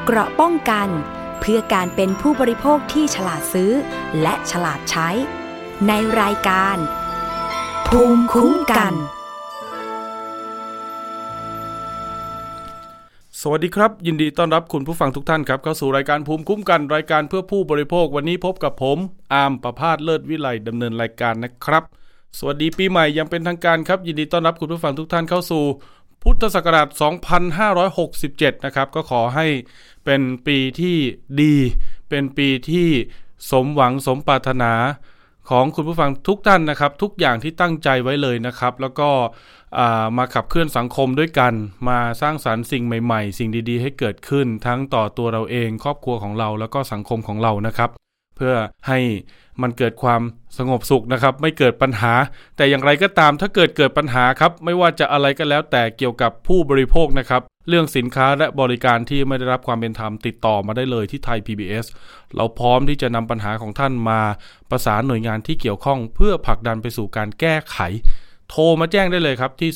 เกราะป้องกันเพื่อการเป็นผู้บริโภคที่ฉลาดซื้อและฉลาดใช้ในรายการภูมิคุ้มกันสวัสดีครับยินดีต้อนรับคุณผู้ฟังทุกท่านครับเข้าสู่รายการภูมิคุ้มกันรายการเพื่อผู้บริโภควันนี้พบกับผมอาร์มประภาสเลิศวิไลดำเนินรายการนะครับสวัสดีปีใหม่ยังเป็นทางการครับยินดีต้อนรับคุณผู้ฟังทุกท่านเข้าสู่พุทธศักราช2567นะครับก็ขอให้เป็นปีที่ดีเป็นปีที่สมหวังสมปรารถนาของคุณผู้ฟังทุกท่านนะครับทุกอย่างที่ตั้งใจไว้เลยนะครับแล้วก็มาขับเคลื่อนสังคมด้วยกันมาสร้างสรรค์สิ่งใหม่ๆสิ่งดีๆให้เกิดขึ้นทั้งต่อตัวเราเองครอบครัวของเราแล้วก็สังคมของเรานะครับเพื่อให้มันเกิดความสงบสุขนะครับไม่เกิดปัญหาแต่อย่างไรก็ตามถ้าเกิดปัญหาครับไม่ว่าจะอะไรก็แล้วแต่เกี่ยวกับผู้บริโภคนะครับเรื่องสินค้าและบริการที่ไม่ได้รับความเป็นธรรมติดต่อมาได้เลยที่ไทย PBS เราพร้อมที่จะนำปัญหาของท่านมาประสานหน่วยงานที่เกี่ยวข้องเพื่อผลักดันไปสู่การแก้ไขโทรมาแจ้งได้เลยครับที่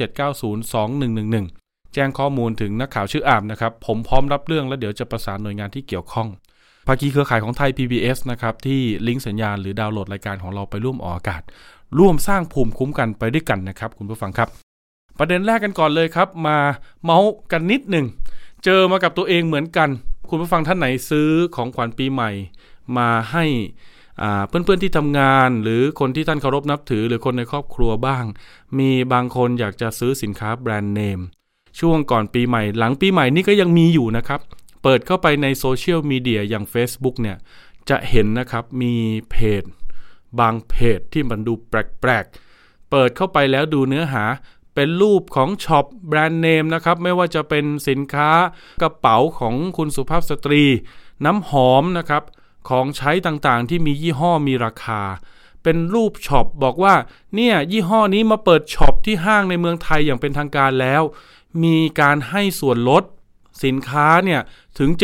027902111แจ้งข้อมูลถึงนักข่าวชื่ออามนะครับผมพร้อมรับเรื่องแล้วเดี๋ยวจะประสานหน่วยงานที่เกี่ยวข้องภาคีเครือข่ายของไทย PBS นะครับที่ลิงก์สัญญาณหรือดาวน์โหลดรายการของเราไปร่วมออกอากาศร่วมสร้างภูมิคุ้มกันไปด้วยกันนะครับคุณผู้ฟังครับประเด็นแรกกันก่อนเลยครับมาเมาส์กันนิดหนึ่งเจอมากับตัวเองเหมือนกันคุณผู้ฟังท่านไหนซื้อของขวัญปีใหม่มาให้เพื่อนๆที่ทำงานหรือคนที่ท่านเคารพนับถือหรือคนในครอบครัวบ้างมีบางคนอยากจะซื้อสินค้าแบรนด์เนมช่วงก่อนปีใหม่หลังปีใหม่นี่ก็ยังมีอยู่นะครับเปิดเข้าไปในโซเชียลมีเดียอย่าง Facebook เนี่ยจะเห็นนะครับมีเพจบางเพจที่มันดูแปลกๆเปิดเข้าไปแล้วดูเนื้อหาเป็นรูปของช็อปแบรนด์เนมนะครับไม่ว่าจะเป็นสินค้ากระเป๋าของคุณสุภาพสตรีน้ำหอมนะครับของใช้ต่างๆที่มียี่ห้อมีราคาเป็นรูปช็อปบอกว่าเนี่ยยี่ห้อนี้มาเปิดช็อปที่ห้างในเมืองไทยอย่างเป็นทางการแล้วมีการให้ส่วนลดสินค้าเนี่ยถึง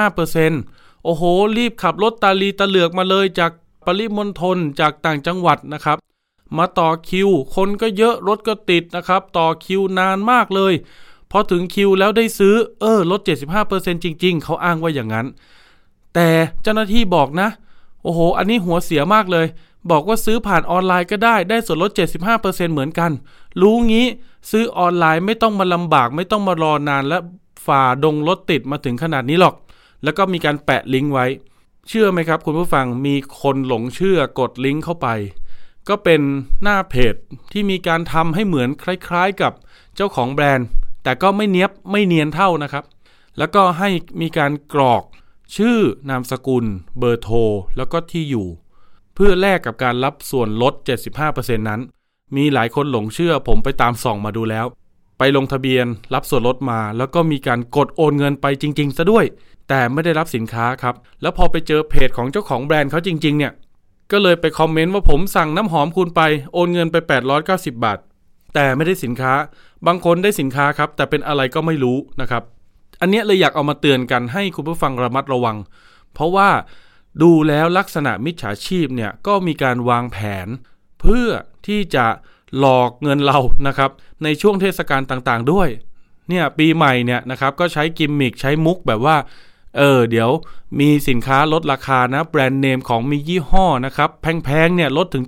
75% โอ้โหรีบขับรถตาลีตะเหลือกมาเลยจากปริมณฑลจากต่างจังหวัดนะครับมาต่อคิวคนก็เยอะรถก็ติดนะครับต่อคิวนานมากเลยพอถึงคิวแล้วได้ซื้อลด 75% จริงๆเขาอ้างว่าอย่างนั้นแต่เจ้าหน้าที่บอกนะโอ้โหอันนี้หัวเสียมากเลยบอกว่าซื้อผ่านออนไลน์ก็ได้ส่วนลด 75% เหมือนกันรู้งี้ซื้อออนไลน์ไม่ต้องมาลำบากไม่ต้องมารอนานและฝ่าดงรถติดมาถึงขนาดนี้หรอกแล้วก็มีการแปะลิงก์ไว้เชื่อไหมครับคุณผู้ฟังมีคนหลงเชื่อกดลิงก์เข้าไปก็เป็นหน้าเพจที่มีการทำให้เหมือนคล้ายๆกับเจ้าของแบรนด์แต่ก็ไม่เนียบไม่เนียนเท่านะครับแล้วก็ให้มีการกรอกชื่อนามสกุลเบอร์โทรแล้วก็ที่อยู่เพื่อแลกกับการรับส่วนลด 75% นั้นมีหลายคนหลงเชื่อผมไปตามส่องมาดูแล้วไปลงทะเบียนรับส่วนลดมาแล้วก็มีการกดโอนเงินไปจริงๆซะด้วยแต่ไม่ได้รับสินค้าครับแล้วพอไปเจอเพจของเจ้าของแบรนด์เขาจริงๆเนี่ยก็เลยไปคอมเมนต์ว่าผมสั่งน้ำหอมคุณไปโอนเงินไป890 บาทแต่ไม่ได้สินค้าบางคนได้สินค้าครับแต่เป็นอะไรก็ไม่รู้นะครับอันนี้เลยอยากเอามาเตือนกันให้คุณผู้ฟังระมัดระวังเพราะว่าดูแล้วลักษณะมิจฉาชีพเนี่ยก็มีการวางแผนเพื่อที่จะหลอกเงินเรานะครับในช่วงเทศกาลต่างๆด้วยเนี่ยปีใหม่เนี่ยนะครับก็ใช้กิมมิคใช้มุกแบบว่าเดี๋ยวมีสินค้าลดราคานะแบรนด์เนมของมียี่ห้อนะครับแพงๆเนี่ยลดถึง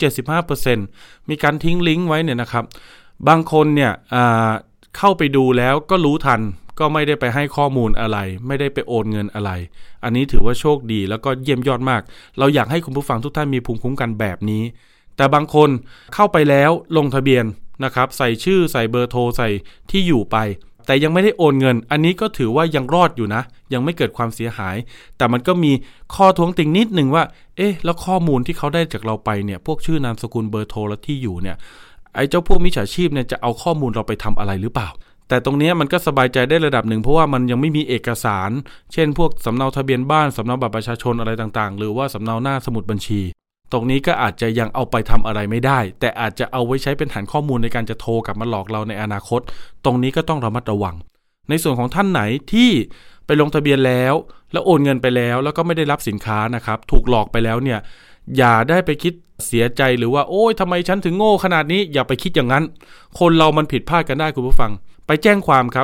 75% มีการทิ้งลิงก์ไว้เนี่ยนะครับบางคนเนี่ยเข้าไปดูแล้วก็รู้ทันก็ไม่ได้ไปให้ข้อมูลอะไรไม่ได้ไปโอนเงินอะไรอันนี้ถือว่าโชคดีแล้วก็เยี่ยมยอดมากเราอยากให้คุณผู้ฟังทุกท่านมีภูมิคุ้มกันแบบนี้แต่บางคนเข้าไปแล้วลงทะเบียนนะครับใส่ชื่อใส่เบอร์โทรใส่ที่อยู่ไปแต่ยังไม่ได้โอนเงินอันนี้ก็ถือว่ายังรอดอยู่นะยังไม่เกิดความเสียหายแต่มันก็มีข้อท้วงติงนิดนึงว่าแล้วข้อมูลที่เขาได้จากเราไปเนี่ยพวกชื่อนามสกุลเบอร์โทรและที่อยู่เนี่ยไอ้เจ้าพวกมิจฉาชีพเนี่ยจะเอาข้อมูลเราไปทำอะไรหรือเปล่าแต่ตรงนี้มันก็สบายใจได้ระดับหนึ่งเพราะว่ามันยังไม่มีเอกสารเช่นพวกสำเนาทะเบียนบ้านสำเนาบัตรประชาชนอะไรต่างๆหรือว่าสำเนาหน้าสมุดบัญชีตรงนี้ก็อาจจะยังเอาไปทำอะไรไม่ได้แต่อาจจะเอาไว้ใช้เป็นฐานข้อมูลในการจะโทรกลับมาหลอกเราในอนาคตตรงนี้ก็ต้องระมัดระวังในส่วนของท่านไหนที่ไปลงทะเบียนแล้วโอนเงินไปแล้วก็ไม่ได้รับสินค้านะครับถูกหลอกไปแล้วเนี่ยอย่าได้ไปคิดเสียใจหรือว่าโอ๊ยทำไมฉันถึงโง่ขนาดนี้อย่าไปคิดอย่างนั้นคนเรามันผิดพลาดกันได้คุณผู้ฟังไปแจ้งความครับ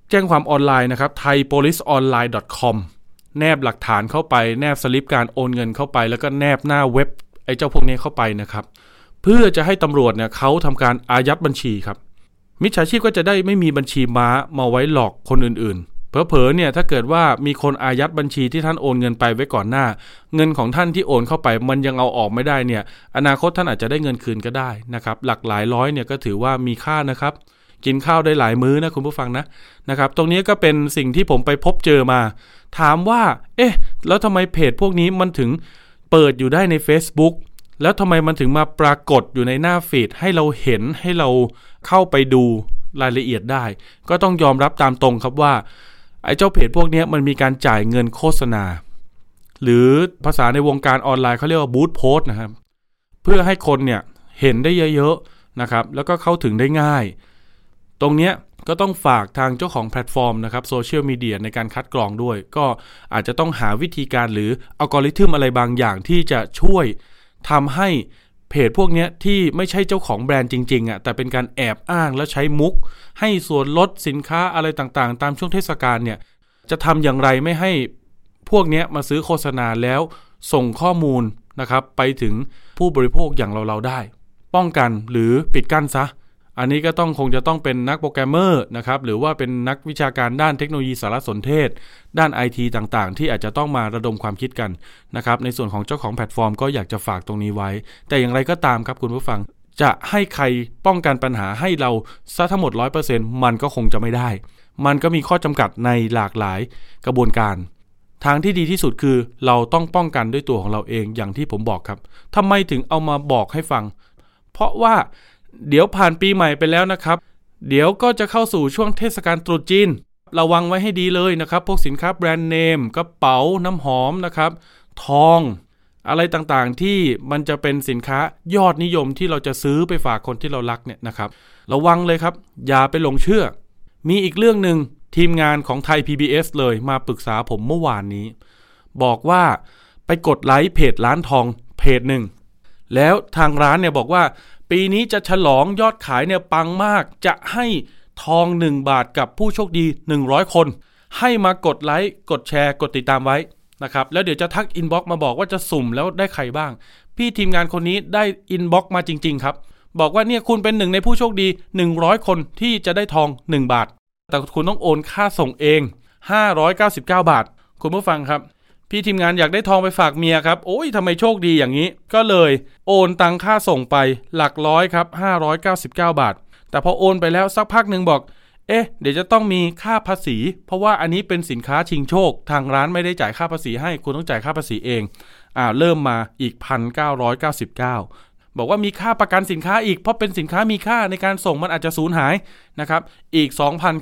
แจ้งความออนไลน์นะครับ thaipoliceonline.com แนบหลักฐานเข้าไปแนบสลิปการโอนเงินเข้าไปแล้วก็แนบหน้าเว็บไอ้เจ้าพวกนี้เข้าไปนะครับเพื่อจะให้ตำรวจเนี่ยเขาทำการอายัดบัญชีครับมิจฉาชีพก็จะได้ไม่มีบัญชีม้ามาไว้หลอกคนอื่นๆเผลอๆเนี่ยถ้าเกิดว่ามีคนอายัดบัญชีที่ท่านโอนเงินไปไว้ก่อนหน้าเงินของท่านที่โอนเข้าไปมันยังเอาออกไม่ได้เนี่ยอนาคตท่านอาจจะได้เงินคืนก็ได้นะครับหลักหลายร้อยเนี่ยก็ถือว่ามีค่านะครับกินข้าวได้หลายมื้อนะคุณผู้ฟังนะครับตรงนี้ก็เป็นสิ่งที่ผมไปพบเจอมาถามว่าแล้วทำไมเพจพวกนี้มันถึงเปิดอยู่ได้ใน Facebook แล้วทำไมมันถึงมาปรากฏอยู่ในหน้าฟีดให้เราเห็นให้เราเข้าไปดูรายละเอียดได้ก็ต้องยอมรับตามตรงครับว่าไอ้เจ้าเพจพวกนี้มันมีการจ่ายเงินโฆษณาหรือภาษาในวงการออนไลน์เขาเรียกว่าบูธโพสต์นะครับเพื่อให้คนเนี่ยเห็นได้เยอะๆนะครับแล้วก็เข้าถึงได้ง่ายตรงเนี้ยก็ต้องฝากทางเจ้าของแพลตฟอร์มนะครับโซเชียลมีเดียในการคัดกรองด้วยก็อาจจะต้องหาวิธีการหรืออัลกอริทึมอะไรบางอย่างที่จะช่วยทำให้เพจพวกนี้ที่ไม่ใช่เจ้าของแบรนด์จริงๆแต่เป็นการแอบอ้างแล้วใช้มุกให้ส่วนลดสินค้าอะไรต่างๆตามช่วงเทศกาลเนี่ยจะทำอย่างไรไม่ให้พวกนี้มาซื้อโฆษณาแล้วส่งข้อมูลนะครับไปถึงผู้บริโภคอย่างเราได้ป้องกันหรือปิดกั้นซะอันนี้ก็คงจะต้องเป็นนักโปรแกรมเมอร์นะครับหรือว่าเป็นนักวิชาการด้านเทคโนโลยีสารสนเทศด้าน IT ต่างๆที่อาจจะต้องมาระดมความคิดกันนะครับในส่วนของเจ้าของแพลตฟอร์มก็อยากจะฝากตรงนี้ไว้แต่อย่างไรก็ตามครับคุณผู้ฟังจะให้ใครป้องกันปัญหาให้เราซะทั้งหมด 100% มันก็คงจะไม่ได้มันก็มีข้อจำกัดในหลากหลายกระบวนการทางที่ดีที่สุดคือเราต้องป้องกันด้วยตัวของเราเองอย่างที่ผมบอกครับทำไมถึงเอามาบอกให้ฟังเพราะว่าเดี๋ยวผ่านปีใหม่ไปแล้วนะครับเดี๋ยวก็จะเข้าสู่ช่วงเทศกาลตรุษจีนระวังไว้ให้ดีเลยนะครับพวกสินค้าแบรนด์เนมกระเป๋าน้ำหอมนะครับทองอะไรต่างๆที่มันจะเป็นสินค้ายอดนิยมที่เราจะซื้อไปฝากคนที่เรารักเนี่ยนะครับระวังเลยครับอย่าไปหลงเชื่อมีอีกเรื่องนึงทีมงานของไทย PBS เลยมาปรึกษาผมเมื่อวานนี้บอกว่าไปกดไลค์เพจร้านทองเพจหนึ่งแล้วทางร้านเนี่ยบอกว่าปีนี้จะฉลองยอดขายเนี่ยปังมากจะให้ทอง1 บาทกับผู้โชคดี100คนให้มากดไลค์กดแชร์กดติดตามไว้นะครับแล้วเดี๋ยวจะทักอินบ็อกซ์มาบอกว่าจะสุ่มแล้วได้ใครบ้างพี่ทีมงานคนนี้ได้อินบ็อกซ์มาจริงๆครับบอกว่าเนี่ยคุณเป็นหนึ่งในผู้โชคดี100คนที่จะได้ทอง1 บาทแต่คุณต้องโอนค่าส่งเอง599 บาทคุณผู้ฟังครับพี่ทีมงานอยากได้ทองไปฝากเมียครับโอ้ยทำไมโชคดีอย่างนี้ก็เลยโอนตังค่าส่งไปหลักร้อยครับ599 บาทแต่พอโอนไปแล้วสักพักนึงบอกเดี๋ยวจะต้องมีค่าภาษีเพราะว่าอันนี้เป็นสินค้าชิงโชคทางร้านไม่ได้จ่ายค่าภาษีให้คุณต้องจ่ายค่าภาษีเองเริ่มมาอีก 1,999 บอกว่ามีค่าประกันสินค้าอีกเพราะเป็นสินค้ามีค่าในการส่งมันอาจจะสูญหายนะครับอีก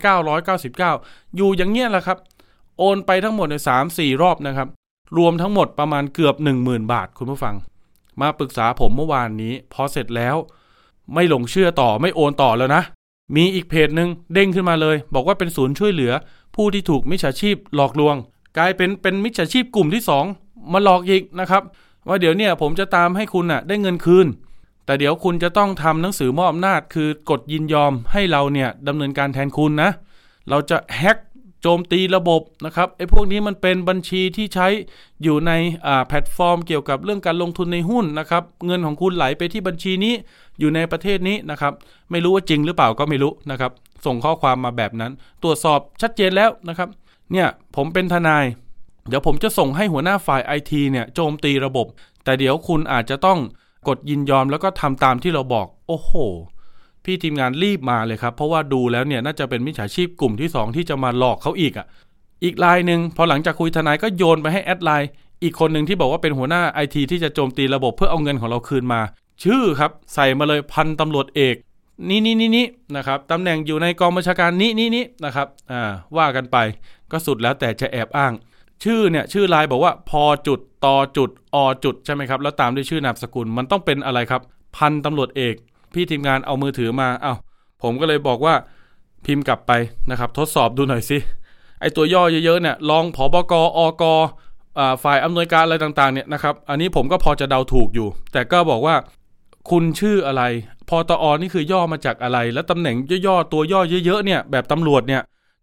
2,999 อยู่อย่างเงี้ยแหละครับโอนไปทั้งหมดใน 3-4 รอบนะครับรวมทั้งหมดประมาณเกือบ 10,000 บาทคุณผู้ฟังมาปรึกษาผมเมื่อวานนี้พอเสร็จแล้วไม่หลงเชื่อต่อไม่โอนต่อแล้วนะมีอีกเพจนึงเด้งขึ้นมาเลยบอกว่าเป็นศูนย์ช่วยเหลือผู้ที่ถูกมิจฉาชีพหลอกลวงกลายเป็นมิจฉาชีพกลุ่มที่2มาหลอกอีกนะครับว่าเดี๋ยวเนี่ยผมจะตามให้คุณได้เงินคืนแต่เดี๋ยวคุณจะต้องทำหนังสือมอบอำนาจคือกดยินยอมให้เราเนี่ยดำเนินการแทนคุณนะเราจะแฮ็กโจมตีระบบนะครับไอ้พวกนี้มันเป็นบัญชีที่ใช้อยู่ในแพลตฟอร์มเกี่ยวกับเรื่องการลงทุนในหุ้นนะครับเงินของคุณไหลไปที่บัญชีนี้อยู่ในประเทศนี้นะครับไม่รู้ว่าจริงหรือเปล่าก็ไม่รู้นะครับส่งข้อความมาแบบนั้นตรวจสอบชัดเจนแล้วนะครับเนี่ยผมเป็นทนายเดี๋ยวผมจะส่งให้หัวหน้าฝ่าย IT เนี่ยโจมตีระบบแต่เดี๋ยวคุณอาจจะต้องกดยินยอมแล้วก็ทำตามที่เราบอกโอ้โหพี่ทีมงานรีบมาเลยครับเพราะว่าดูแล้วเนี่ยน่าจะเป็นมิจฉาชีพกลุ่มที่2ที่จะมาหลอกเขาอีกอีกรายนึงพอหลังจากคุยทนายก็โยนไปให้แอดไลน์อีกคนนึงที่บอกว่าเป็นหัวหน้า IT ที่จะโจมตีระบบเพื่อเอาเงินของเราคืนมาชื่อครับใส่มาเลยพันตำรวจเอกนี่นะครับตำแหน่งอยู่ในกองบัญชาการนี้นะครับว่ากันไปก็สุดแล้วแต่จะแอบอ้างชื่อไลน์บอกว่าพจุดตจุดอจุดใช่ไหมครับแล้วตามด้วยชื่อนามสกุลมันต้องเป็นอะไรครับพันตำรวจเอกพี่ทีมงานเอามือถือมาผมก็เลยบอกว่าพิมพ์กลับไปนะครับทดสอบดูหน่อยสิไอตัวย่อเยอะๆเนี่ยรองผบกอกฝ่ายอำนวยการอะไรต่างๆเนี่ยนะครับอันนี้ผมก็พอจะเดาถูกอยู่แต่ก็บอกว่าคุณชื่ออะไรพตอนี่คือย่อมาจากอะไรแล้วตำแหน่งย่อๆตัวย่อเยอะๆเนี่ยแบบตำรวจเนี่ย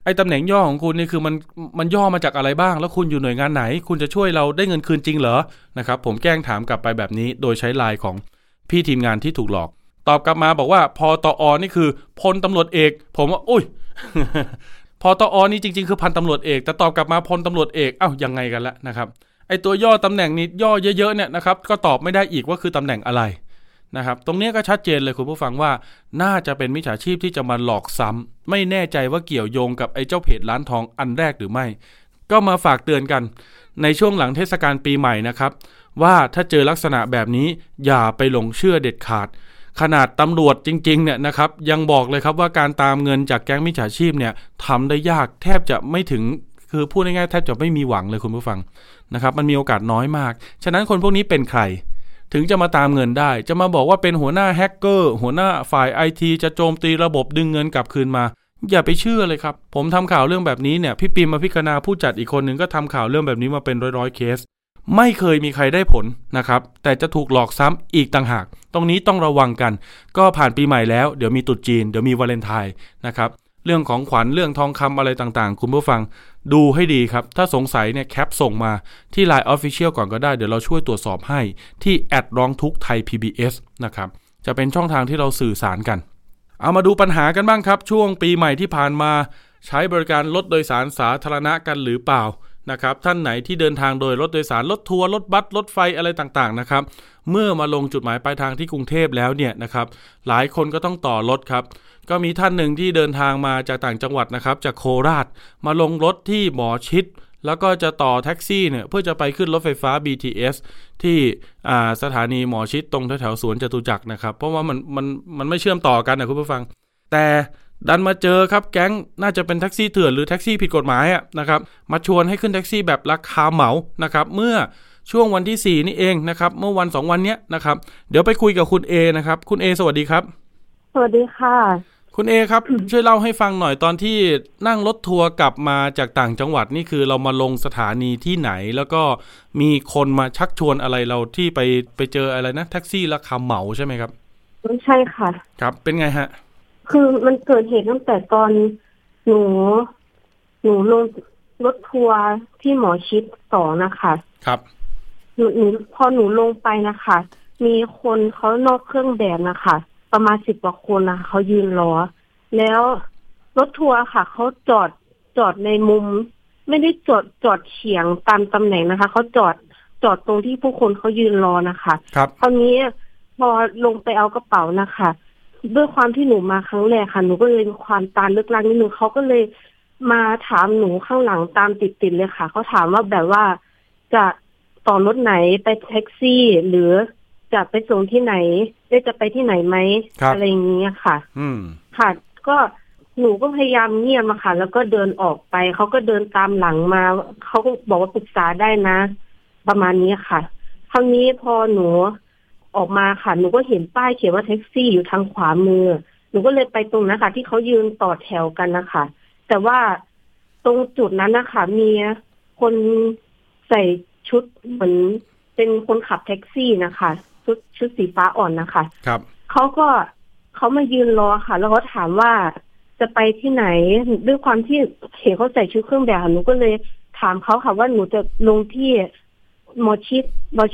ไอ้ตำแหน่งย่อของคุณนี่คือมันย่อมาจากอะไรบ้างแล้วคุณอยู่หน่วยงานไหนคุณจะช่วยเราได้เงินคืนจริงเหรอนะครับผมแกล้งถามกลับไปแบบนี้โดยใช้ไลน์ของพี่ทีมงานที่ถูกหลอกตอบกลับมาบอกว่าพตอนี่คือพลตำรวจเอกผมว่าอุ้ย พตอนี่จริงๆคือพันตำรวจเอกแต่ตอบกลับมาพลตำรวจเอกเอ้ายังไงกันละนะครับไอ้ตัวย่อตำแหน่งนี้ย่อเยอะๆเนี่ยนะครับก็ตอบไม่ได้อีกว่าคือตำแหน่งอะไรนะครับตรงนี้ก็ชัดเจนเลยคุณผู้ฟังว่าน่าจะเป็นมิจฉาชีพที่จะมาหลอกซ้ำไม่แน่ใจว่าเกี่ยวโยงกับไอ้เจ้าเพจร้านทองอันแรกหรือไม่ก็มาฝากเตือนกันในช่วงหลังเทศกาลปีใหม่นะครับว่าถ้าเจอลักษณะแบบนี้อย่าไปหลงเชื่อเด็ดขาดขนาดตำรวจจริงๆเนี่ยนะครับยังบอกเลยครับว่าการตามเงินจากแก๊งมิจฉาชีพเนี่ยทำได้ยากแทบจะไม่ถึงคือพูดง่ายๆแทบจะไม่มีหวังเลยคุณผู้ฟังนะครับมันมีโอกาสน้อยมากฉะนั้นคนพวกนี้เป็นใครถึงจะมาตามเงินได้จะมาบอกว่าเป็นหัวหน้าแฮกเกอร์หัวหน้าฝ่าย IT จะโจมตีระบบดึงเงินกลับคืนมาอย่าไปเชื่อเลยครับผมทำข่าวเรื่องแบบนี้เนี่ยพี่ปิมมาพิคณาผู้จัดอีกคนนึงก็ทำข่าวเรื่องแบบนี้มาเป็นร้อยๆเคสไม่เคยมีใครได้ผลนะครับแต่จะถูกหลอกซ้ำอีกต่างหากตรงนี้ต้องระวังกันก็ผ่านปีใหม่แล้วเดี๋ยวมีตรุษจีนเดี๋ยวมีวาเลนไทน์นะครับเรื่องของขวัญเรื่องทองคำอะไรต่างๆคุณผู้ฟังดูให้ดีครับถ้าสงสัยเนี่ยแคปส่งมาที่ LINE Official ก่อนก็ได้เดี๋ยวเราช่วยตรวจสอบให้ที่ร้องทุกข์ไทย PBS นะครับจะเป็นช่องทางที่เราสื่อสารกันเอามาดูปัญหากันบ้างครับช่วงปีใหม่ที่ผ่านมาใช้บริการรถโดยสารสาธารณะกันหรือเปล่านะครับท่านไหนที่เดินทางโดยรถโดยสารรถทัวร์รถบัสรถไฟอะไรต่างๆนะครับเมื่อมาลงจุดหมายปลายทางที่กรุงเทพแล้วเนี่ยนะครับหลายคนก็ต้องต่อรถครับก็มีท่านหนึ่งที่เดินทางมาจากต่างจังหวัดนะครับจากโคราชมาลงรถที่หมอชิตแล้วก็จะต่อแท็กซี่เนี่ยเพื่อจะไปขึ้นรถไฟฟ้า BTS ที่สถานีหมอชิตตรงแถวๆสวนจตุจักรนะครับเพราะว่ามันไม่เชื่อมต่อกันนะคุณผู้ฟังแต่ดันมาเจอครับแก๊งน่าจะเป็นแท็กซี่เถื่อนหรือแท็กซี่ผิดกฎหมายนะครับมาชวนให้ขึ้นแท็กซี่แบบราคาเหมานะครับเมื่อช่วงวันที่4นี่เองนะครับเมื่อวัน2วันเนี้ยนะครับเดี๋ยวไปคุยกับคุณเอนะครับคุณเอสวัสดีครับสวัสดีค่ะคุณเอครับ ช่วยเล่าให้ฟังหน่อยตอนที่นั่งรถทัวร์กลับมาจากต่างจังหวัดนี่คือเรามาลงสถานีที่ไหนแล้วก็มีคนมาชักชวนอะไรเราที่ไปเจออะไรนะแท็กซี่ราคาเหมาใช่ไหมครับใช่ค่ะครับเป็นไงฮะคือมันเกิดเหตุตั้งแต่ตอนหนูลงรถทัวร์ที่หมอชิด2นะคะครับพอหนูลงไปนะคะมีคนเขานอกเครื่องแบบนะคะประมาณ10 กว่าคนนะคะเขายืนรอแล้วรถทัวร์ค่ะเขาจอดในมุมไม่ได้จอดเฉียงตามตำแหน่งนะคะเขาจอดตรงที่ผู้คนเขายืนรอนะคะครับคราวนี้พอลงไปเอากระเป๋านะคะด้วยความที่หนูมาครั้งแรกค่ะหนูก็เลยมีความตาลึกลับนิดนึงเขาก็เลยมาถามหนูข้างหลังตามติดเลยค่ะเขาถามว่าแบบว่าจะต่อรถไหนไปแท็กซี่หรือจะไปส่งที่ไหนจะไปที่ไหนไหมอะไรอย่างเงี้ยค่ะค่ะก็หนูก็พยายามเงียบมาค่ะแล้วก็เดินออกไปเขาก็เดินตามหลังมาเขาก็บอกว่าปรึกษาได้นะประมาณนี้ค่ะคราวนี้พอหนูออกมาค่ะหนูก็เห็นป้ายเขียนว่าแท็กซี่อยู่ทางขวามือหนูก็เลยไปตรงนั้นค่ะที่เขายืนต่อแถวกันนะคะแต่ว่าตรงจุดนั้นนะคะมีคนใส่ชุดเหมือนเป็นคนขับแท็กซี่นะคะชุดสีฟ้าอ่อนนะคะครับเขามายืนรอค่ะแล้วเขาถามว่าจะไปที่ไหนด้วยความที่เห็นเขาใส่ชุดเครื่องแบบหนูก็เลยถามเขาค่ะว่าหนูจะลงที่หมอชิด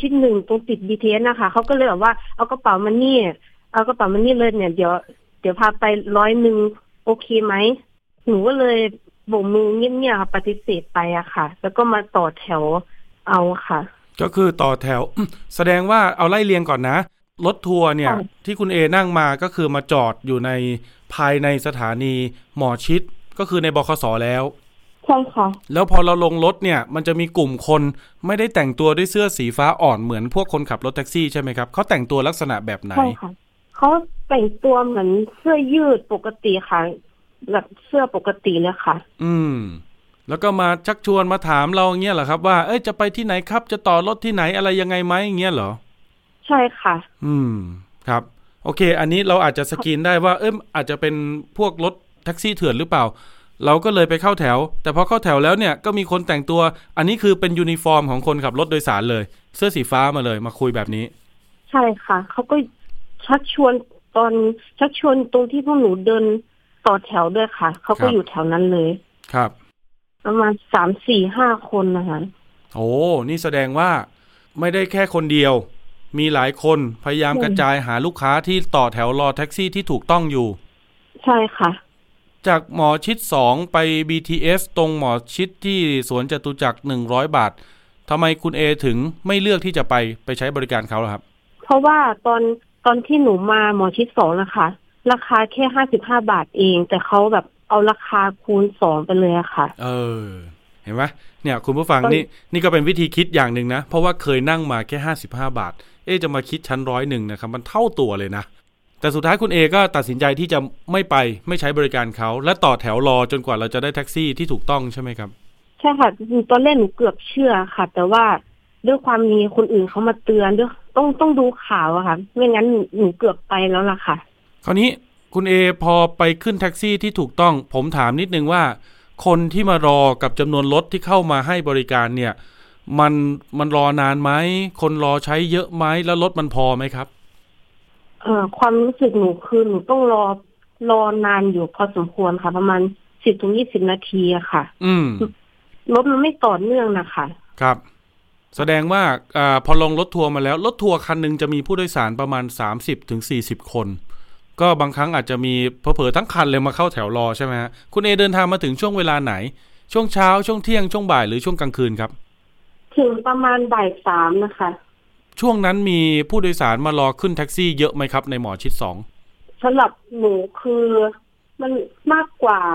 1ตรงติด BTS นะคะเขาก็เลยบอกว่าเอากระเป๋ามานี่เลยเนี่ยเดี๋ยวพาไป100โอเคไหมหนูก็เลยโบกมือเงียบๆปฏิเสธไปอะค่ะแล้วก็มาต่อแถวเอาค่ะก็คือต่อแถวแสดงว่าเอาไล่เรียงก่อนนะรถทัวร์เนี่ยที่คุณเอนั่งมาก็คือมาจอดอยู่ในภายในสถานีหมอชิดก็คือในบขส.แล้วใช่ค่ะแล้วพอเราลงรถเนี่ยมันจะมีกลุ่มคนไม่ได้แต่งตัวด้วยเสื้อสีฟ้าอ่อนเหมือนพวกคนขับรถแท็กซี่ใช่ไหมครับเขาแต่งตัวลักษณะแบบไหนใช่ค่ะเขาแต่งตัวเหมือนเสื้อยืดปกติค่ะแบบเสื้อปกติเลยค่ะแล้วก็มาชักชวนมาถามเราอย่างเงี้ยเหรอครับว่าจะไปที่ไหนครับจะต่อรถที่ไหนอะไรยังไงไหมอย่างเงี้ยเหรอใช่ค่ะครับโอเคอันนี้เราอาจจะสกรีนได้ว่าอาจจะเป็นพวกรถแท็กซี่เถื่อนหรือเปล่าเราก็เลยไปเข้าแถวแต่พอเข้าแถวแล้วเนี่ยก็มีคนแต่งตัวอันนี้คือเป็นยูนิฟอร์มของคนขับรถโดยสารเลยเสื้อสีฟ้ามาเลยมาคุยแบบนี้ใช่ค่ะเขาก็ชักชวนตรงที่พวกหนูเดินต่อแถวด้วยค่ะเขาก็อยู่แถวนั้นเลยครับประมาณ3-4-5 คนนะคะโอ้นี่แสดงว่าไม่ได้แค่คนเดียวมีหลายคนพยายามกระจายหาลูกค้าที่ต่อแถวรอแท็กซี่ที่ถูกต้องอยู่ใช่ค่ะจากหมอชิด2ไป BTS ตรงหมอชิดที่สวนจตุจักร100 บาททำไมคุณเอถึงไม่เลือกที่จะไปใช้บริการเขาล่ะครับเพราะว่าตอนที่หนูมาหมอชิด2นะคะราคาแค่55 บาทเองแต่เขาแบบเอาราคาคูณ2ไปเลยอะค่ะเห็นไหมเนี่ยคุณผู้ฟังนี่ก็เป็นวิธีคิดอย่างหนึ่งนะเพราะว่าเคยนั่งมาแค่55 บาทจะมาคิดชั้น101นะครับมันเท่าตัวเลยนะแต่สุดท้ายคุณเอก็ตัดสินใจที่จะไม่ใช้บริการเขาและต่อแถวรอจนกว่าเราจะได้แท็กซี่ที่ถูกต้องใช่ไหมครับใช่ค่ะตอนแรกหนูเกือบเชื่อค่ะแต่ว่าด้วยความมีคนอื่นเขามาเตือนด้วยต้องดูข่าวอะค่ะไม่งั้นหนูเกือบไปแล้วล่ะค่ะคราวนี้คุณเอพอไปขึ้นแท็กซี่ที่ถูกต้องผมถามนิดนึงว่าคนที่มารอกับจำนวนรถที่เข้ามาให้บริการเนี่ยมันรอนานไหมคนรอใช้เยอะไหมแล้วรถมันพอไหมครับความรู้สึกหนูคือหนูต้องรอนานอยู่พอสมควรค่ะประมาณ10-20 นาทีอะค่ะรถมันไม่ต่อเนื่องนะคะครับแสดงว่าพอลงรถทัวร์มาแล้วรถทัวร์คันนึงจะมีผู้โดยสารประมาณ30-40 คนก็บางครั้งอาจจะมีเผลอๆทั้งคันเลยมาเข้าแถวรอใช่ไหมฮะคุณเอเดินทางมาถึงช่วงเวลาไหนช่วงเช้าช่วงเที่ยงช่วงบ่ายหรือช่วงกลางคืนครับถึงประมาณบ่าย3นะคะช่วงนั้นมีผู้โดยสารมารอขึ้นแท็กซี่เยอะไหมครับในหมอชิด2 สำหรับหนูคือมันมากกว่า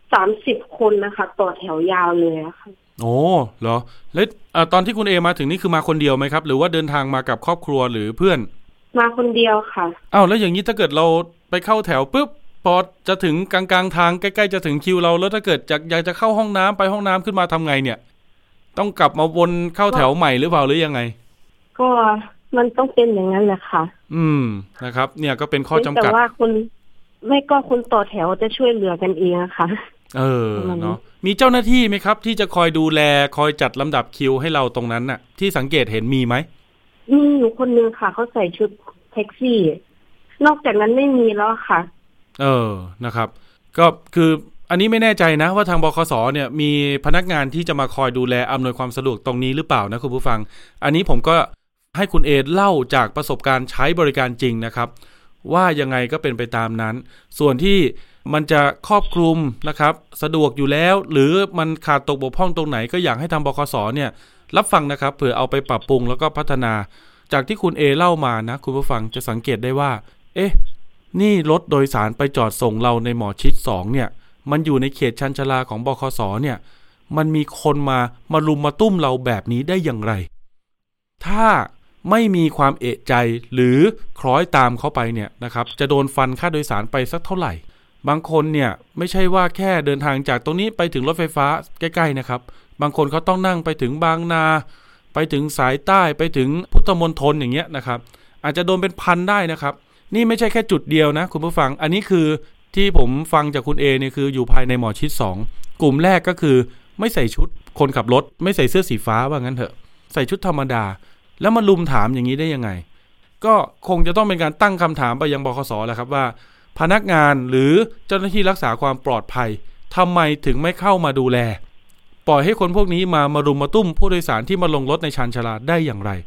30 คนนะคะต่อแถวยาวเลยค่ะโอ้เหรอแล้วตอนที่คุณเอมาถึงนี่คือมาคนเดียวไหมครับหรือว่าเดินทางมากับครอบครัวหรือเพื่อนมาคนเดียวค่ะอ้าวแล้วอย่างนี้ถ้าเกิดเราไปเข้าแถวปุ๊บพอจะถึงกลางทางใกล้ๆจะถึงคิวเราแล้วถ้าเกิดอยากจะเข้าห้องน้ำไปห้องน้ำขึ้นมาทำไงเนี่ยต้องกลับมาวนเข้าแถวใหม่หรือเปล่าหรือยังไงก็มันต้องเป็นอย่างนั้นแหละค่ะนะครับเนี่ยก็เป็นข้อจำกัดแต่ว่าคนต่อแถวจะช่วยเหลือกันเองค่ะเนาะมีเจ้าหน้าที่ไหมครับที่จะคอยดูแลคอยจัดลำดับคิวให้เราตรงนั้นน่ะที่สังเกตเห็นมีไหมมีอยู่คนนึงค่ะเขาใส่ชุดแท็กซี่นอกจากนั้นไม่มีแล้วค่ะนะครับก็คืออันนี้ไม่แน่ใจนะว่าทางบขส.เนี่ยมีพนักงานที่จะมาคอยดูแลอำนวยความสะดวกตรงนี้หรือเปล่านะคุณผู้ฟังอันนี้ผมก็ให้คุณเอเล่าจากประสบการณ์ใช้บริการจริงนะครับว่ายังไงก็เป็นไปตามนั้นส่วนที่มันจะครอบคลุมนะครับสะดวกอยู่แล้วหรือมันขาดตกบกพร่องตรงไหนก็อยากให้ทางบขส.เนี่ยรับฟังนะครับเผื่อเอาไปปรับปรุงแล้วก็พัฒนาจากที่คุณเอเล่ามานะคุณผู้ฟังจะสังเกตได้ว่านี่รถโดยสารไปจอดส่งเราในหมอชิด2เนี่ยมันอยู่ในเขตชานชาลาของบขส.เนี่ยมันมีคนมารุมมาตุ้มเราแบบนี้ได้อย่างไรถ้าไม่มีความเอะใจหรือคล้อยตามเข้าไปเนี่ยนะครับจะโดนฟันค่าโดยสารไปสักเท่าไหร่บางคนเนี่ยไม่ใช่ว่าแค่เดินทางจากตรงนี้ไปถึงรถไฟฟ้าใกล้ๆนะครับบางคนเขาต้องนั่งไปถึงบางนาไปถึงสายใต้ไปถึงพุทธมณฑลอย่างเงี้ยนะครับอาจจะโดนเป็นพันได้นะครับนี่ไม่ใช่แค่จุดเดียวนะคุณผู้ฟังอันนี้คือที่ผมฟังจากคุณเอเนี่ยคืออยู่ภายในหมอชิด2กลุ่มแรกก็คือไม่ใส่ชุดคนขับรถไม่ใส่เสื้อสีฟ้าว่างั้นเถอะใส่ชุดธรรมดาแล้วมาลุมถามอย่างนี้ได้ยังไงก็คงจะต้องเป็นการตั้งคำถามไปยังบขส.แหละครับว่าพนักงานหรือเจ้าหน้าที่รักษาความปลอดภัยทำไมถึงไม่เข้ามาดูแลปล่อยให้คนพวกนี้มารุมมาตุ้มผู้โดยสารที่มาลงรถในชานชาลาได้อย่างไร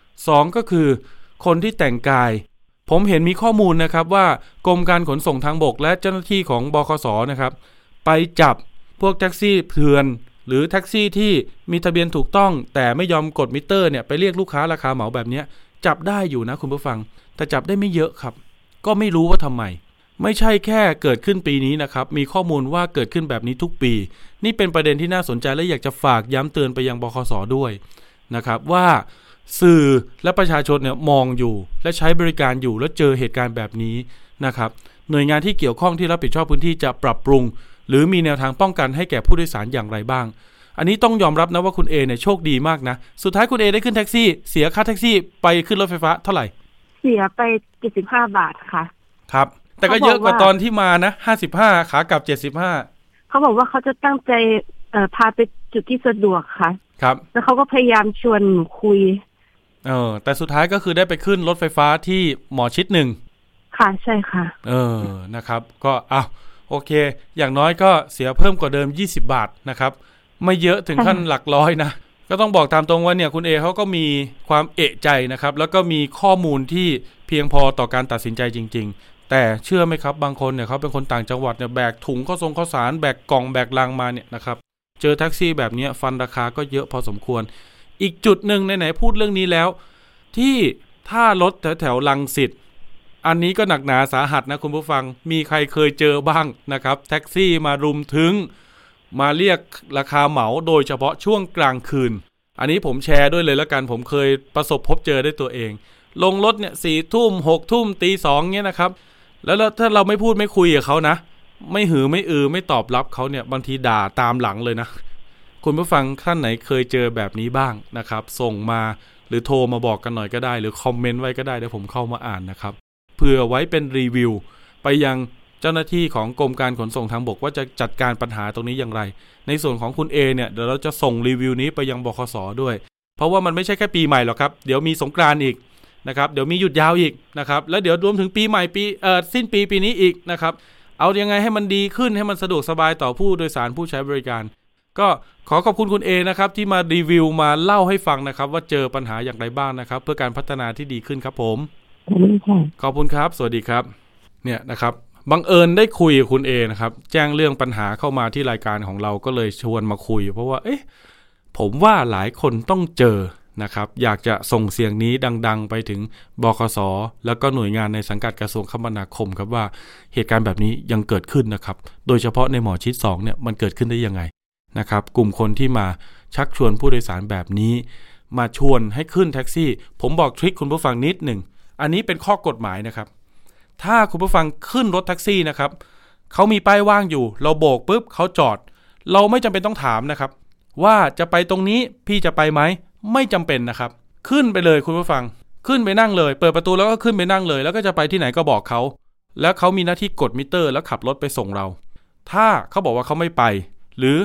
2ก็คือคนที่แต่งกายผมเห็นมีข้อมูลนะครับว่ากรมการขนส่งทางบกและเจ้าหน้าที่ของบขส.นะครับไปจับพวกแท็กซี่เถื่อนหรือแท็กซี่ที่มีทะเบียนถูกต้องแต่ไม่ยอมกดมิเตอร์เนี่ยไปเรียกลูกค้าราคาเหมาแบบนี้จับได้อยู่นะคุณผู้ฟังแต่จับได้ไม่เยอะครับก็ไม่รู้ว่าทำไมไม่ใช่แค่เกิดขึ้นปีนี้นะครับมีข้อมูลว่าเกิดขึ้นแบบนี้ทุกปีนี่เป็นประเด็นที่น่าสนใจและอยากจะฝากย้ำเตือนไปยังบขส.ด้วยนะครับว่าสื่อและประชาชนเนี่ยมองอยู่และใช้บริการอยู่แล้วเจอเหตุการณ์แบบนี้นะครับหน่วยงานที่เกี่ยวข้องที่รับผิดชอบพื้นที่จะปรับปรุงหรือมีแนวทางป้องกันให้แก่ผู้โดยสารอย่างไรบ้างอันนี้ต้องยอมรับนะว่าคุณเอเนี่ยโชคดีมากนะสุดท้ายคุณเอได้ขึ้นแท็กซี่เสียค่าแท็กซี่ไปขึ้นรถไฟฟ้าเท่าไหร่เสียไป75 บาทค่ะครับแต่ก็เยอะกว่าตอนที่มานะ55ขากลับ75 เขาบอกว่าเขาจะตั้งใจพาไปจุดที่สะดวกค่ะครับแล้วเขาก็พยายามชวนหนูคุยแต่สุดท้ายก็คือได้ไปขึ้นรถไฟฟ้าที่หมอชิด1ค่ะใช่ค่ะนะครับก็โอเคอย่างน้อยก็เสียเพิ่มกว่าเดิม20 บาทนะครับไม่เยอะถึงขั้นหลักร้อยนะก็ต้องบอกตามตรงว่าเนี่ยคุณเอเขาก็มีความเอะใจนะครับแล้วก็มีข้อมูลที่เพียงพอต่อการตัดสินใจจริงๆแต่เชื่อไหมครับบางคนเนี่ยเขาเป็นคนต่างจังหวัดเนี่ยแบกถุงข้าวสารแบกกล่องแบกลังมาเนี่ยนะครับเจอแท็กซี่แบบนี้ฟันราคาก็เยอะพอสมควรอีกจุดหนึ่งไหนๆพูดเรื่องนี้แล้วที่ท่ารถแถวรังสิตอันนี้ก็หนักหนาสาหัสนะคุณผู้ฟังมีใครเคยเจอบ้างนะครับแท็กซี่มารุมถึงมาเรียกราคาเหมาโดยเฉพาะช่วงกลางคืนอันนี้ผมแชร์ด้วยเลยแล้วกันผมเคยประสบพบเจอด้วยตัวเองลงรถเนี่ย4 ทุ่ม6 ทุ่มตี 2เงี้ยนะครับแล้วถ้าเราไม่พูดไม่คุยกับเขานะไม่หือไม่ไม่ตอบรับเขาเนี่ยบางทีด่าตามหลังเลยนะคุณผู้ฟังท่านไหนเคยเจอแบบนี้บ้างนะครับส่งมาหรือโทรมาบอกกันหน่อยก็ได้หรือคอมเมนต์ไว้ก็ได้เดี๋ยวผมเข้ามาอ่านนะครับเพื่อไว้เป็นรีวิวไปยังเจ้าหน้าที่ของกรมการขนส่งทางบกว่าจะจัดการปัญหาตรงนี้อย่างไรในส่วนของคุณ A เนี่ยเดี๋ยวเราจะส่งรีวิวนี้ไปยังบขส.ด้วยเพราะว่ามันไม่ใช่แค่ปีใหม่หรอกครับเดี๋ยวมีสงกรานต์อีกนะครับเดี๋ยวมีหยุดยาวอีกนะครับแล้วเดี๋ยวรวมถึงปีใหม่สิ้นปีนี้อีกนะครับเอายังไงให้มันดีขึ้นให้มันสะดวกสบายต่อผู้โดยสารผู้ใช้บริการก็ขอขอบคุณคุณ A นะครับที่มารีวิวมาเล่าให้ฟังนะครับว่าเจอปัญหาอย่างไรบ้างนะครับเพื่อการพัฒนาที่ดีขึ้นครับผมขอบคุณครับสวัสดีครับเนี่ยนะครับบังเอิญได้คุยกับคุณ A นะครับแจ้งเรื่องปัญหาเข้ามาที่รายการของเราก็เลยชวนมาคุยเพราะว่าผมว่าหลายคนต้องเจอนะครับอยากจะส่งเสียงนี้ดังๆไปถึงบขส.แล้วก็หน่วยงานในสังกัดกระทรวงคมนาคมครับว่าเหตุการณ์แบบนี้ยังเกิดขึ้นนะครับโดยเฉพาะในหมอชิด2เนี่ยมันเกิดขึ้นได้ยังไงนะครับกลุ่มคนที่มาชักชวนผู้โดยสารแบบนี้มาชวนให้ขึ้นแท็กซี่ผมบอกทริคคุณผู้ฟังนิดหนึ่งอันนี้เป็นข้อกฎหมายนะครับถ้าคุณผู้ฟังขึ้นรถแท็กซี่นะครับเขามีป้ายว่างอยู่เราโบกปุ๊บเขาจอดเราไม่จำเป็นต้องถามนะครับว่าจะไปตรงนี้พี่จะไปไหมไม่จำเป็นนะครับขึ้นไปเลยคุณผู้ฟังขึ้นไปนั่งเลยเปิดประตูแล้วก็ขึ้นไปนั่งเลยแล้วก็จะไปที่ไหนก็บอกเขาแล้วเขามีหน้าที่กดมิเตอร์แล้วขับรถไปส่งเราถ้าเขาบอกว่าเขาไม่ไปหรือ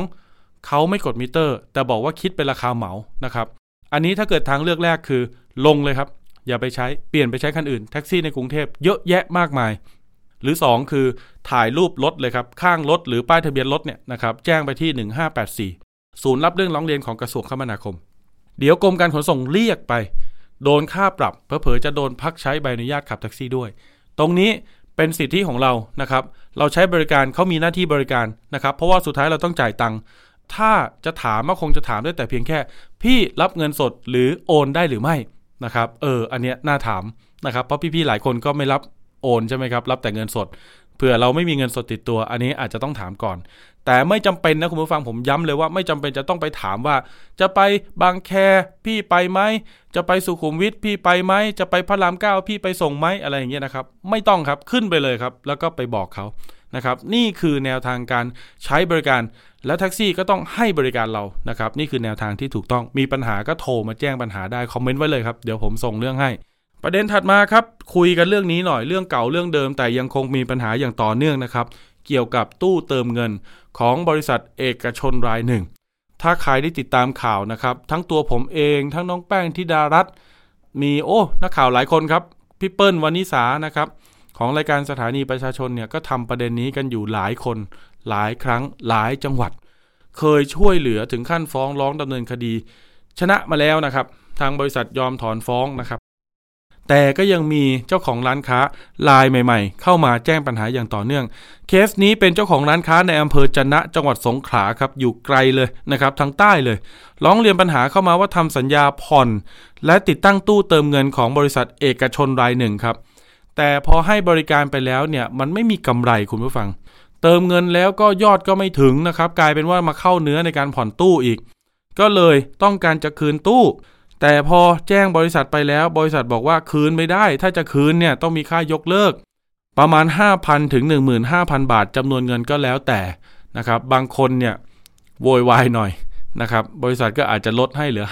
2เขาไม่กดมิเตอร์แต่บอกว่าคิดเป็นราคาเหมานะครับอันนี้ถ้าเกิดทางเลือกแรกคือลงเลยครับอย่าไปใช้เปลี่ยนไปใช้คันอื่นแท็กซี่ในกรุงเทพเยอะแยะมากมายหรือ2คือถ่ายรูปรถเลยครับข้างรถหรือป้ายทะเบียนรถเนี่ยนะครับแจ้งไปที่1584ศูนย์รับเรื่องร้องเรียนของกระทรวงคมนาคมเดี๋ยวกรมการขนส่งเรียกไปโดนค่าปรับเผลอๆจะโดนพักใช้ใบอนุญาตขับแท็กซี่ด้วยตรงนี้เป็นสิทธิของเรานะครับเราใช้บริการเขามีหน้าที่บริการนะครับเพราะว่าสุดท้ายเราต้องจ่ายตังค์ถ้าจะถามก็คงจะถามได้แต่เพียงแค่พี่รับเงินสดหรือโอนได้หรือไม่นะครับอันเนี้ยน่าถามนะครับเพราะพี่ๆหลายคนก็ไม่รับโอนใช่ไหมครับรับแต่เงินสดเผื่อเราไม่มีเงินสดติดตัวอันนี้อาจจะต้องถามก่อนแต่ไม่จำเป็นนะคุณผู้ฟังผมย้ำเลยว่าไม่จำเป็นจะต้องไปถามว่าจะไปบางแคพี่ไปไหมจะไปสุขุมวิทพี่ไปไหมจะไปพระราม 9พี่ไปส่งไหมอะไรอย่างเงี้ยนะครับไม่ต้องครับขึ้นไปเลยครับแล้วก็ไปบอกเขานะครับนี่คือแนวทางการใช้บริการแล้วแท็กซี่ก็ต้องให้บริการเรานะครับนี่คือแนวทางที่ถูกต้องมีปัญหาก็โทรมาแจ้งปัญหาได้คอมเมนต์ไว้เลยครับเดี๋ยวผมส่งเรื่องให้ประเด็นถัดมาครับคุยกันเรื่องนี้หน่อยเรื่องเก่าเรื่องเดิมแต่ยังคงมีปัญหาอย่างต่อเนื่องนะครับเกี่ยวกับตู้เติมเงินของบริษัทเอกชนรายหนึ่งถ้าใครได้ติดตามข่าวนะครับทั้งตัวผมเองทั้งน้องแป้งธิดารัตน์มีนักข่าวหลายคนครับพี่เปิ้ลวณิสานะครับของรายการสถานีประชาชนเนี่ยก็ทำประเด็นนี้กันอยู่หลายคนหลายครั้งหลายจังหวัดเคยช่วยเหลือถึงขั้นฟ้องร้องดำเนินคดีชนะมาแล้วนะครับทางบริษัทยอมถอนฟ้องนะครับแต่ก็ยังมีเจ้าของร้านค้ารายใหม่ๆเข้ามาแจ้งปัญหาอย่างต่อเนื่องเคสนี้เป็นเจ้าของร้านค้าในอำเภอจะนะจังหวัดสงขลาครับอยู่ไกลเลยนะครับทางใต้เลยร้องเรียนปัญหาเข้ามาว่าทำสัญญาผ่อนและติดตั้งตู้เติมเงินของบริษัทเอกชนรายหนึ่งครับแต่พอให้บริการไปแล้วเนี่ยมันไม่มีกำไรคุณผู้ฟังเติมเงินแล้วก็ยอดก็ไม่ถึงนะครับกลายเป็นว่ามาเข้าเนื้อในการผ่อนตู้อีกก็เลยต้องการจะคืนตู้แต่พอแจ้งบริษัทไปแล้วบริษัทบอกว่าคืนไม่ได้ถ้าจะคืนเนี่ยต้องมีค่ายกเลิกประมาณ 5,000 ถึง 15,000 บาทจำนวนเงินก็แล้วแต่นะครับบางคนเนี่ยโวยวายหน่อยนะครับบริษัทก็อาจจะลดให้เหลือ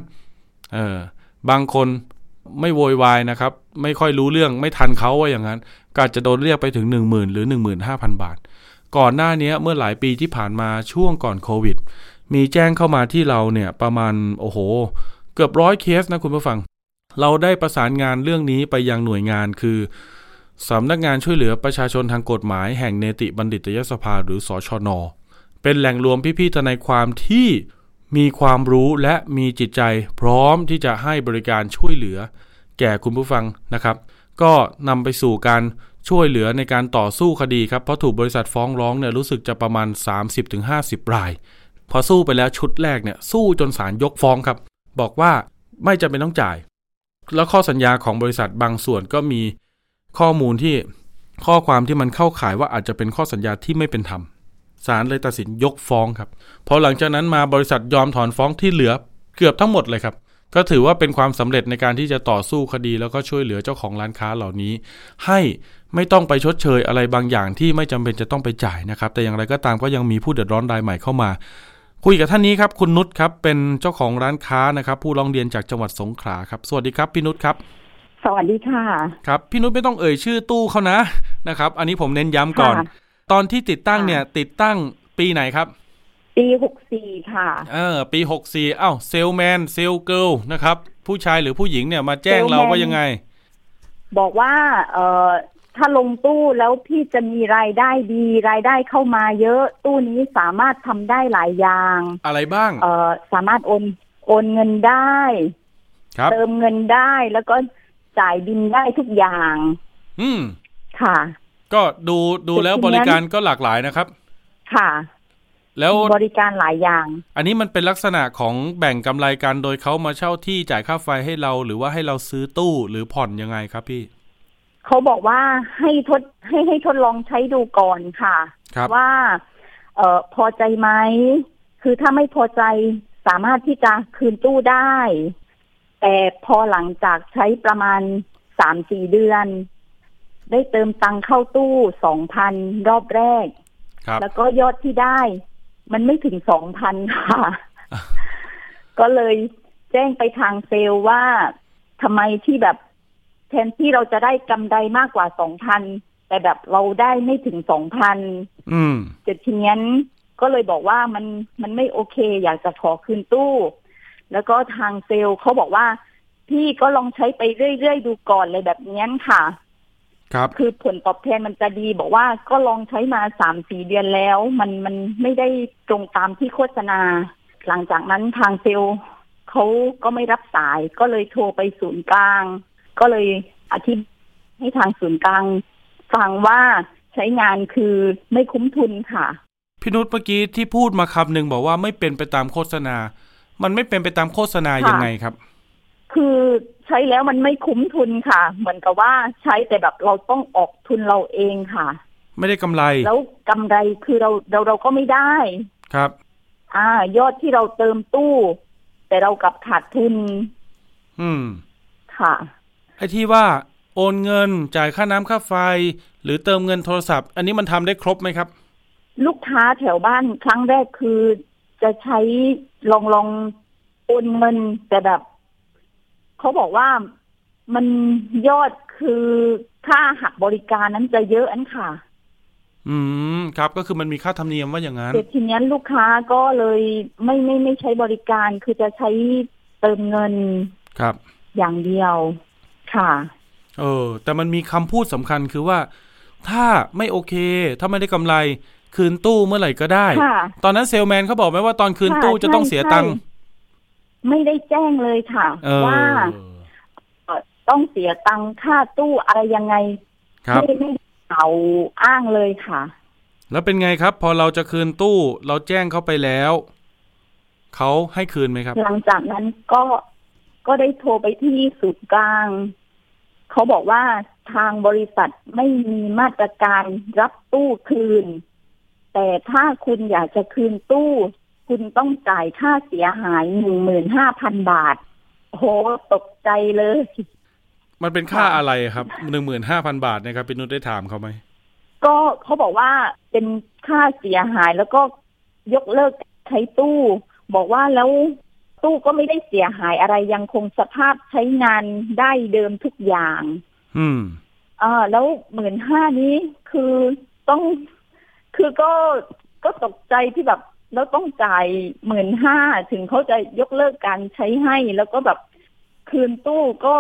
5,000 บางคนไม่โวยวายนะครับไม่ค่อยรู้เรื่องไม่ทันเขาว่าอย่างนั้นก็อาจจะโดนเรียกไปถึง 10,000 หรือ 15,000 บาทก่อนหน้านี้เมื่อหลายปีที่ผ่านมาช่วงก่อนโควิดมีแจ้งเข้ามาที่เราเนี่ยประมาณเกือบ100เคสนะคุณผู้ฟังเราได้ประสานงานเรื่องนี้ไปยังหน่วยงานคือสำนักงานช่วยเหลือประชาชนทางกฎหมายแห่งเนติบัณฑิตยสภาหรือสชน.เป็นแหล่งรวมพี่ๆทนายความที่มีความรู้และมีจิตใจพร้อมที่จะให้บริการช่วยเหลือแก่คุณผู้ฟังนะครับก็นำไปสู่การช่วยเหลือในการต่อสู้คดีครับเพราะถูกบริษัทฟ้องร้องเนี่ยรู้สึกจะประมาณ 30-50 รายพอสู้ไปแล้วชุดแรกเนี่ยสู้จนศาลยกฟ้องครับบอกว่าไม่จำเป็นต้องจ่ายแล้วข้อสัญญาของบริษัทบางส่วนก็มีข้อมูลที่ข้อความที่มันเข้าข่ายว่าอาจจะเป็นข้อสัญญาที่ไม่เป็นธรรมศาลเลยตัดสินยกฟ้องครับพอหลังจากนั้นมาบริษัทยอมถอนฟ้องที่เหลือเกือบทั้งหมดเลยครับก็ถือว่าเป็นความสำเร็จในการที่จะต่อสู้คดีแล้วก็ช่วยเหลือเจ้าของร้านค้าเหล่านี้ให้ไม่ต้องไปชดเชยอะไรบางอย่างที่ไม่จำเป็นจะต้องไปจ่ายนะครับแต่อย่างไรก็ตามก็ยังมีผู้เดือดร้อนรายใหม่เข้ามาคุยกับท่านนี้ครับคุณนุชครับเป็นเจ้าของร้านค้านะครับผู้ร้องเรียนจากจังหวัดสงขลาครับสวัสดีครับพี่นุชครับสวัสดีค่ะครับพี่นุชไม่ต้องเอ่ยชื่อตู้เขานะครับอันนี้ผมเน้นย้ำก่อนตอนที่ติดตั้งเนี่ยติดตั้งปีไหนครับปี64ค่ะปี64เซลแมนเซลเกิร์ลนะครับผู้ชายหรือผู้หญิงเนี่ยมาแจ้งเราว่ายังไงบอกว่าถ้าลงตู้แล้วพี่จะมีรายได้ดีรายได้เข้ามาเยอะตู้นี้สามารถทำได้หลายอย่างอะไรบ้างสามารถโอนเงินได้เติมเงินได้แล้วก็จ่ายบิลได้ทุกอย่างค่ะก็ดูแล้วบริการก็หลากหลายนะครับค่ะแล้วบริการหลายอย่างอันนี้มันเป็นลักษณะของแบ่งกำไรกันโดยเขามาเช่าที่จ่ายค่าไฟให้เราหรือว่าให้เราซื้อตู้หรือผ่อนยังไงครับพี่เขาบอกว่าให้ทดลองใช้ดูก่อนค่ะว่าพอใจไหมคือถ้าไม่พอใจสามารถที่จะคืนตู้ได้แต่พอหลังจากใช้ประมาณ 3-4 เดือนได้เติมตังเข้าตู้ 2,000 รอบแรกแล้วก็ยอดที่ได้มันไม่ถึง 2,000 ค่ะ ก็เลยแจ้งไปทางเซลล์ว่าทำไมที่แบบแทนที่เราจะได้กำไรมากกว่า 2,000 แต่แบบเราได้ไม่ถึง 2,000 แต่ทีนี้ก็เลยบอกว่ามันไม่โอเคอยากจะขอคืนตู้แล้วก็ทางเซลล์เขาบอกว่าพี่ก็ลองใช้ไปเรื่อยๆดูก่อนเลยแบบนี้ค่ะครับคือผลตอบแทนมันจะดีบอกว่าก็ลองใช้มา 3-4 เดือนแล้วมันไม่ได้ตรงตามที่โฆษณาหลังจากนั้นทางเซลล์เขาก็ไม่รับสายก็เลยโทรไปศูนย์กลางก็เลยอธิบายให้ทางศูนย์กลางฟังว่าใช้งานคือไม่คุ้มทุนค่ะพี่นุชเมื่อกี้ที่พูดมาคำหนึ่งบอกว่าไม่เป็นไปตามโฆษณามันไม่เป็นไปตามโฆษณายังไงครับคือใช้แล้วมันไม่คุ้มทุนค่ะเหมือนกับว่าใช้แต่แบบเราต้องออกทุนเราเองค่ะไม่ได้กำไรแล้วกำไรคือเราก็ไม่ได้ครับยอดที่เราเติมตู้แต่เรากลับขาดทุนค่ะไอ้ที่ว่าโอนเงินจ่ายค่าน้ำค่าไฟหรือเติมเงินโทรศัพท์อันนี้มันทำได้ครบไหมครับลูกค้าแถวบ้านครั้งแรกคือจะใช้ลองโอนเงินแต่แบบเขาบอกว่ามันยอดคือค่าหักบริการนั้นจะเยอะอันค่ะครับก็คือมันมีค่าธรรมเนียมว่าอย่างนั้นแต่ทีนี้ลูกค้าก็เลยไม่ใช้บริการคือจะใช้เติมเงินครับอย่างเดียวค่ะแต่มันมีคำพูดสำคัญคือว่าถ้าไม่โอเคถ้าไม่ได้กำไรคืนตู้เมื่อไหร่ก็ได้ตอนนั้นเซลแมนเขาบอกไหมว่าตอนคืนตู้จะต้องเสียตังค์ไม่ได้แจ้งเลยค่ะว่าต้องเสียตังค่าตู้อะไรยังไงไม่เอาอ้างเลยค่ะแล้วเป็นไงครับพอเราจะคืนตู้เราแจ้งเขาไปแล้วเขาให้คืนไหมครับหลังจากนั้นก็ได้โทรไปที่ศูนย์กลางเขาบอกว่าทางบริษัทไม่มีมาตรการรับตู้คืนแต่ถ้าคุณอยากจะคืนตู้คุณต้องจ่ายค่าเสียหาย 15,000 บาทโหตกใจเลยมันเป็นค่าอะไรครับ 15,000 บาทนะครับพี่นุชได้ถามเขาไหมก็เขาบอกว่าเป็นค่าเสียหายแล้วก็ยกเลิกใช้ตู้บอกว่าแล้วตู้ก็ไม่ได้เสียหายอะไรยังคงสภาพใช้งานได้เดิมทุกอย่างแล้ว 15,000 นี้คือต้องคือก็ตกใจที่แบบแล้วต้องจ่าย 15,000 ถึงเขาจะยกเลิกการใช้ให้แล้วก็แบบคืนตู้ก็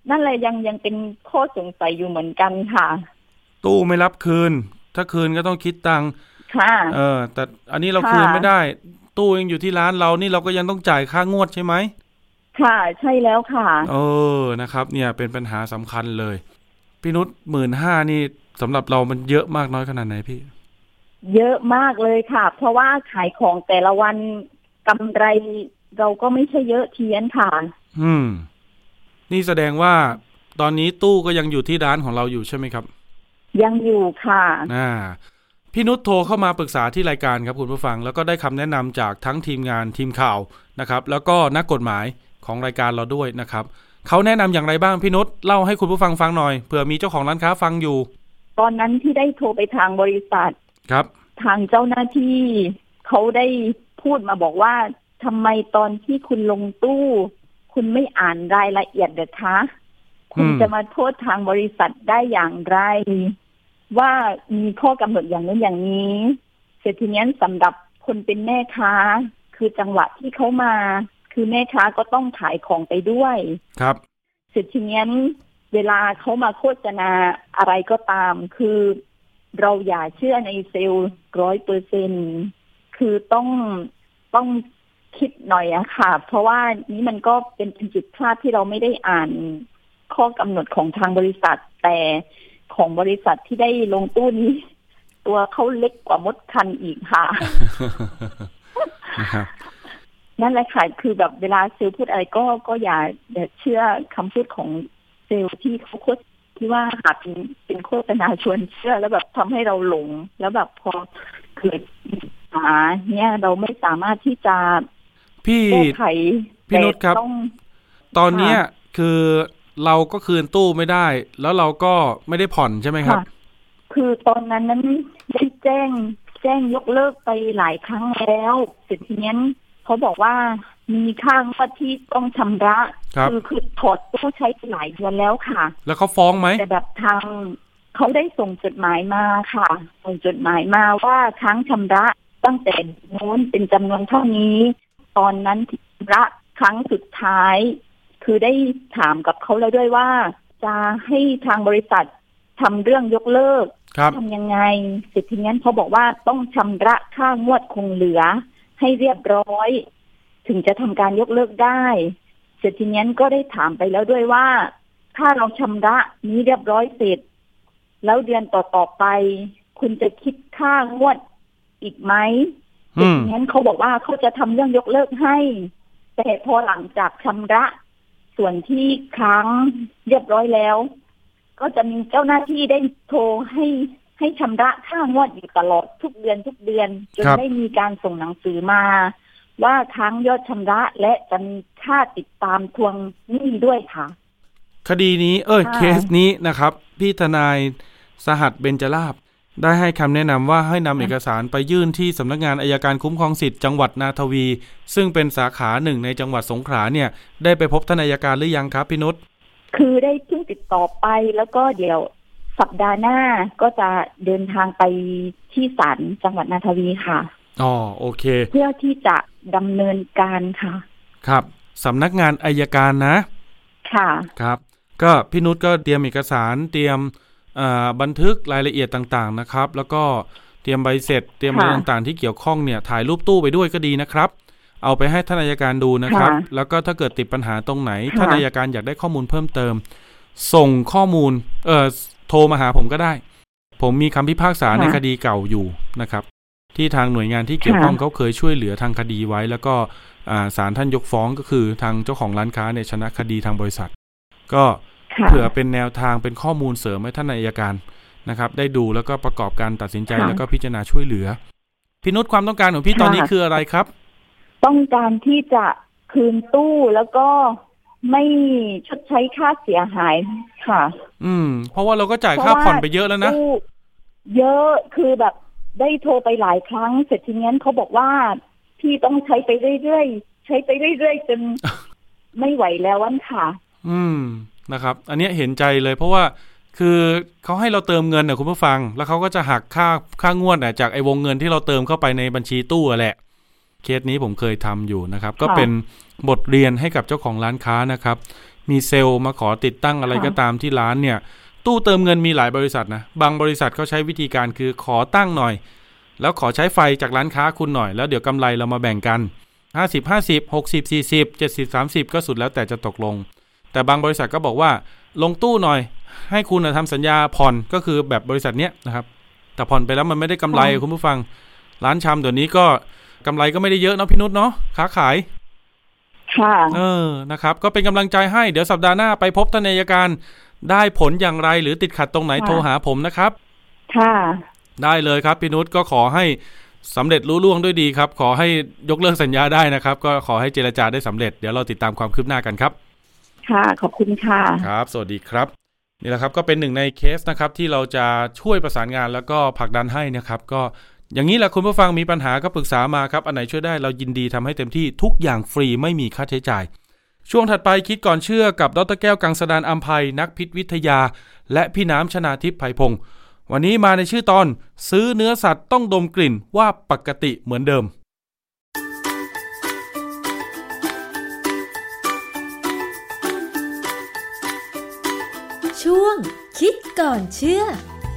นั่นแหละยังเป็นข้อสงสัยอยู่เหมือนกันค่ะตู้ไม่รับคืนถ้าคืนก็ต้องคิดตังค์ค่ะแต่อันนี้เราคืนไม่ได้ตู้ยังอยู่ที่ร้านเรานี่เราก็ยังต้องจ่ายค่างวดใช่ไหมค่ะใช่แล้วค่ะนะครับเนี่ยเป็นปัญหาสำคัญเลยพี่นุช 15,000 นี่สำหรับเรามันเยอะมากน้อยขนาดไหนพี่เยอะมากเลยค่ะเพราะว่าขายของแต่ละวันกำไรเราก็ไม่ใช่เยอะเทียนค่ะนี่แสดงว่าตอนนี้ตู้ก็ยังอยู่ที่ร้านของเราอยู่ใช่ไหมครับยังอยู่ค่ะพี่นุชโทรเข้ามาปรึกษาที่รายการครับคุณผู้ฟังแล้วก็ได้คำแนะนำจากทั้งทีมงานทีมข่าวนะครับแล้วก็นักกฎหมายของรายการเราด้วยนะครับเขาแนะนำอย่างไรบ้างพี่นุชเล่าให้คุณผู้ฟังฟังหน่อยเผื่อมีเจ้าของร้านค้าฟังอยู่ตอนนั้นที่ได้โทรไปทางบริษัทครับทางเจ้าหน้าที่เขาได้พูดมาบอกว่าทำไมตอนที่คุณลงตู้คุณไม่อ่านรายละเอียดเด้อคะคุณจะมาโทษทางบริษัทได้อย่างไรว่ามีข้อกำหนดอย่างนั้นอย่างนี้เสร็จทีนี้สำหรับคนเป็นแม่ค้าคือจังหวะที่เขามาคือแม่ค้าก็ต้องขายของไปด้วยครับเสร็จทีนี้เวลาเขามาโฆษณาอะไรก็ตามคือเราอย่าเชื่อในเซลล์ 100% คือต้องคิดหน่อยอะค่ะเพราะว่านี้มันก็เป็นจุดพลาดที่เราไม่ได้อ่านข้อกำหนดของทางบริษัทแต่ของบริษัทที่ได้ลงตู้นี้ตัวเขาเล็กกว่ามดคันอีกค่ะ นั่นแหละค่ะคือแบบเวลาเซลล์พูดอะไรก็อย่าเชื่อคำพูดของเซลล์ที่เขาโฆษณาที่ว่าหากเป็นโฆษณาชวนเชื่อแล้วแบบทำให้เราหลงแล้วแบบพอเกิดปัญหาเนี่ยเราไม่สามารถที่จะแก้ไขพี่นุชครับตอนนี้คือเราก็คืนตู้ไม่ได้แล้วเราก็ไม่ได้ผ่อนใช่ไหมครับคือตอนนั้นได้แจ้งยกเลิกไปหลายครั้งแล้วเสร็จทีนี้เขาบอกว่ามีค่างวดที่ต้องชำระคือถอดตู้ใช้หลายเดือนแล้วค่ะแล้วเขาฟ้องไหมแต่แบบทางเขาได้ส่งจดหมายมาค่ะส่งจดหมายมาว่าค้างชำระตั้งแต่โน้นเป็นจำนวนเท่านี้ตอนนั้นชำระครั้งสุดท้ายคือได้ถามกับเขาแล้วด้วยว่าจะให้ทางบริษัททำเรื่องยกเลิกทำยังไงเสร็จทีนี้เขาบอกว่าต้องชำระค่างวดคงเหลือให้เรียบร้อยถึงจะทำการยกเลิกได้เสร็จทีนี้ก็ได้ถามไปแล้วด้วยว่าถ้าเราชำระนี้เรียบร้อยเสร็จแล้วเดือนต่อไปคุณจะคิดค่างวดอีกไหมเสร็จทีนี้เขาบอกว่าเขาจะทำเรื่องยกเลิกให้แต่พอหลังจากชำระส่วนที่ค้างเรียบร้อยแล้วก็จะมีเจ้าหน้าที่ได้โทรให้ชำระค่างวดอยู่ตลอดทุกเดือนจนได้มีการส่งหนังสือมาว่าค้างยอดชำระและจะมีค่าติดตามทวงหนี้ด้วยค่ะคดีนี้เคสนี้นะครับพี่ทนายสหัสเบญจลาภได้ให้คำแนะนำว่าให้นำเอกสารไปยื่นที่สำนักงานอัยการคุ้มครองสิทธิ์จังหวัดนาทวีซึ่งเป็นสาขาหนึ่งในจังหวัดสงขลาเนี่ยได้ไปพบท่านอัยการหรือยังครับพี่นุชคือได้เพิ่งติดต่อไปแล้วก็เดี๋ยวสัปดาห์หน้าก็จะเดินทางไปที่ศาลจังหวัดนาทวีค่ะโอเคเพื่อที่จะดำเนินการค่ะครับสำนักงานอัยการนะค่ะครับก็พี่นุชก็เตรียมเอกสารเตรียมบันทึกรายละเอียดต่างๆนะครับแล้วก็เตรียมใบเสร็จเตรียมอะไรต่างๆที่เกี่ยวข้องเนี่ยถ่ายรูปตู้ไปด้วยก็ดีนะครับเอาไปให้ท่านอัยการดูนะครับแล้วก็ถ้าเกิดติดปัญหาตรงไหนท่านอัยการอยากได้ข้อมูลเพิ่มเติมส่งข้อมูลโทรมาหาผมก็ได้ผมมีคำพิพากษาในคดีเก่าอยู่นะครับที่ทางหน่วยงานที่เกี่ยวข้องเขาเคยช่วยเหลือทางคดีไว้แล้วก็ศาลท่านยกฟ้องก็คือทางเจ้าของร้านค้าเนี่ยชนะคดีทางบริษัทก็เผื่อเป็นแนวทางเป็นข้อมูลเสริมให้ท่านอัยการนะครับได้ดูแล้วก็ประกอบการตัดสินใจแล้วก็พิจารณาช่วยเหลือพี่นุชความต้องการของพี่ตอนนี้คืออะไรครับต้องการที่จะคืนตู้แล้วก็ไม่ชดใช้ค่าเสียหายค่ะเพราะว่าเราก็จ่ายค่าผ่อนไปเยอะแล้วนะเยอะคือแบบได้โทรไปหลายครั้งเสร็จทีนี้เขาบอกว่าพี่ต้องใช้ไปเรื่อยๆใช้ไปเรื่อยๆจนไม่ไหวแล้ววันค่ะนะครับอันนี้เห็นใจเลยเพราะว่าคือเขาให้เราเติมเงินคุณผู้ฟังแล้วเขาก็จะหักค่างวดจากไอ้วงเงินที่เราเติมเข้าไปในบัญชีตู้แหละเคสนี้ผมเคยทำอยู่นะครับก็เป็นบทเรียนให้กับเจ้าของร้านค้านะครับมีเซลล์มาขอติดตั้งอะไรก็ตามที่ร้านเนี่ยตู้เติมเงินมีหลายบริษัทนะบางบริษัทเขาใช้วิธีการคือขอตั้งหน่อยแล้วขอใช้ไฟจากร้านค้าคุณหน่อยแล้วเดี๋ยวกำไรเรามาแบ่งกัน50-50 60-40 70-30ก็สุดแล้วแต่จะตกลงแต่บางบริษัทก็บอกว่าลงตู้หน่อยให้คุณทำสัญญาผ่อนก็คือแบบบริษัทเนี้ยนะครับแต่ผ่อนไปแล้วมันไม่ได้กำไรคุณผู้ฟังร้านชำเดี๋ยวนี้ก็กำไรก็ไม่ได้เยอะเนาะพี่นุชเนาะค้าขายค่ะนะครับก็เป็นกำลังใจให้เดี๋ยวสัปดาห์หน้าไปพบท่านอัยการได้ผลอย่างไรหรือติดขัดตรงไหนโทรหาผมนะครับค่ะได้เลยครับพี่นุชก็ขอให้สำเร็จลุล่วงด้วยดีครับขอให้ยกเลิกสัญญาได้นะครับก็ขอให้เจรจาได้สำเร็จเดี๋ยวเราติดตามความคืบหน้ากันครับค่ะขอบคุณค่ะครับสวัสดีครับนี่แหละครับก็เป็นหนึ่งในเคสนะครับที่เราจะช่วยประสานงานแล้วก็ผลักดันให้นะครับก็อย่างนี้แหละคุณผู้ฟังมีปัญหาก็ปรึกษามาครับอันไหนช่วยได้เรายินดีทำให้เต็มที่ทุกอย่างฟรีไม่มีค่าใช้จ่ายช่วงถัดไปคิดก่อนเชื่อกับดร.แก้วกังสดาลอำไพนักพิษวิทยาและพี่น้ำชนาทิพย์ไพพงศ์วันนี้มาในชื่อตอนซื้อเนื้อสัตว์ต้องดมกลิ่นว่าปกติเหมือนเดิมช่วงคิดก่อนเชื่อ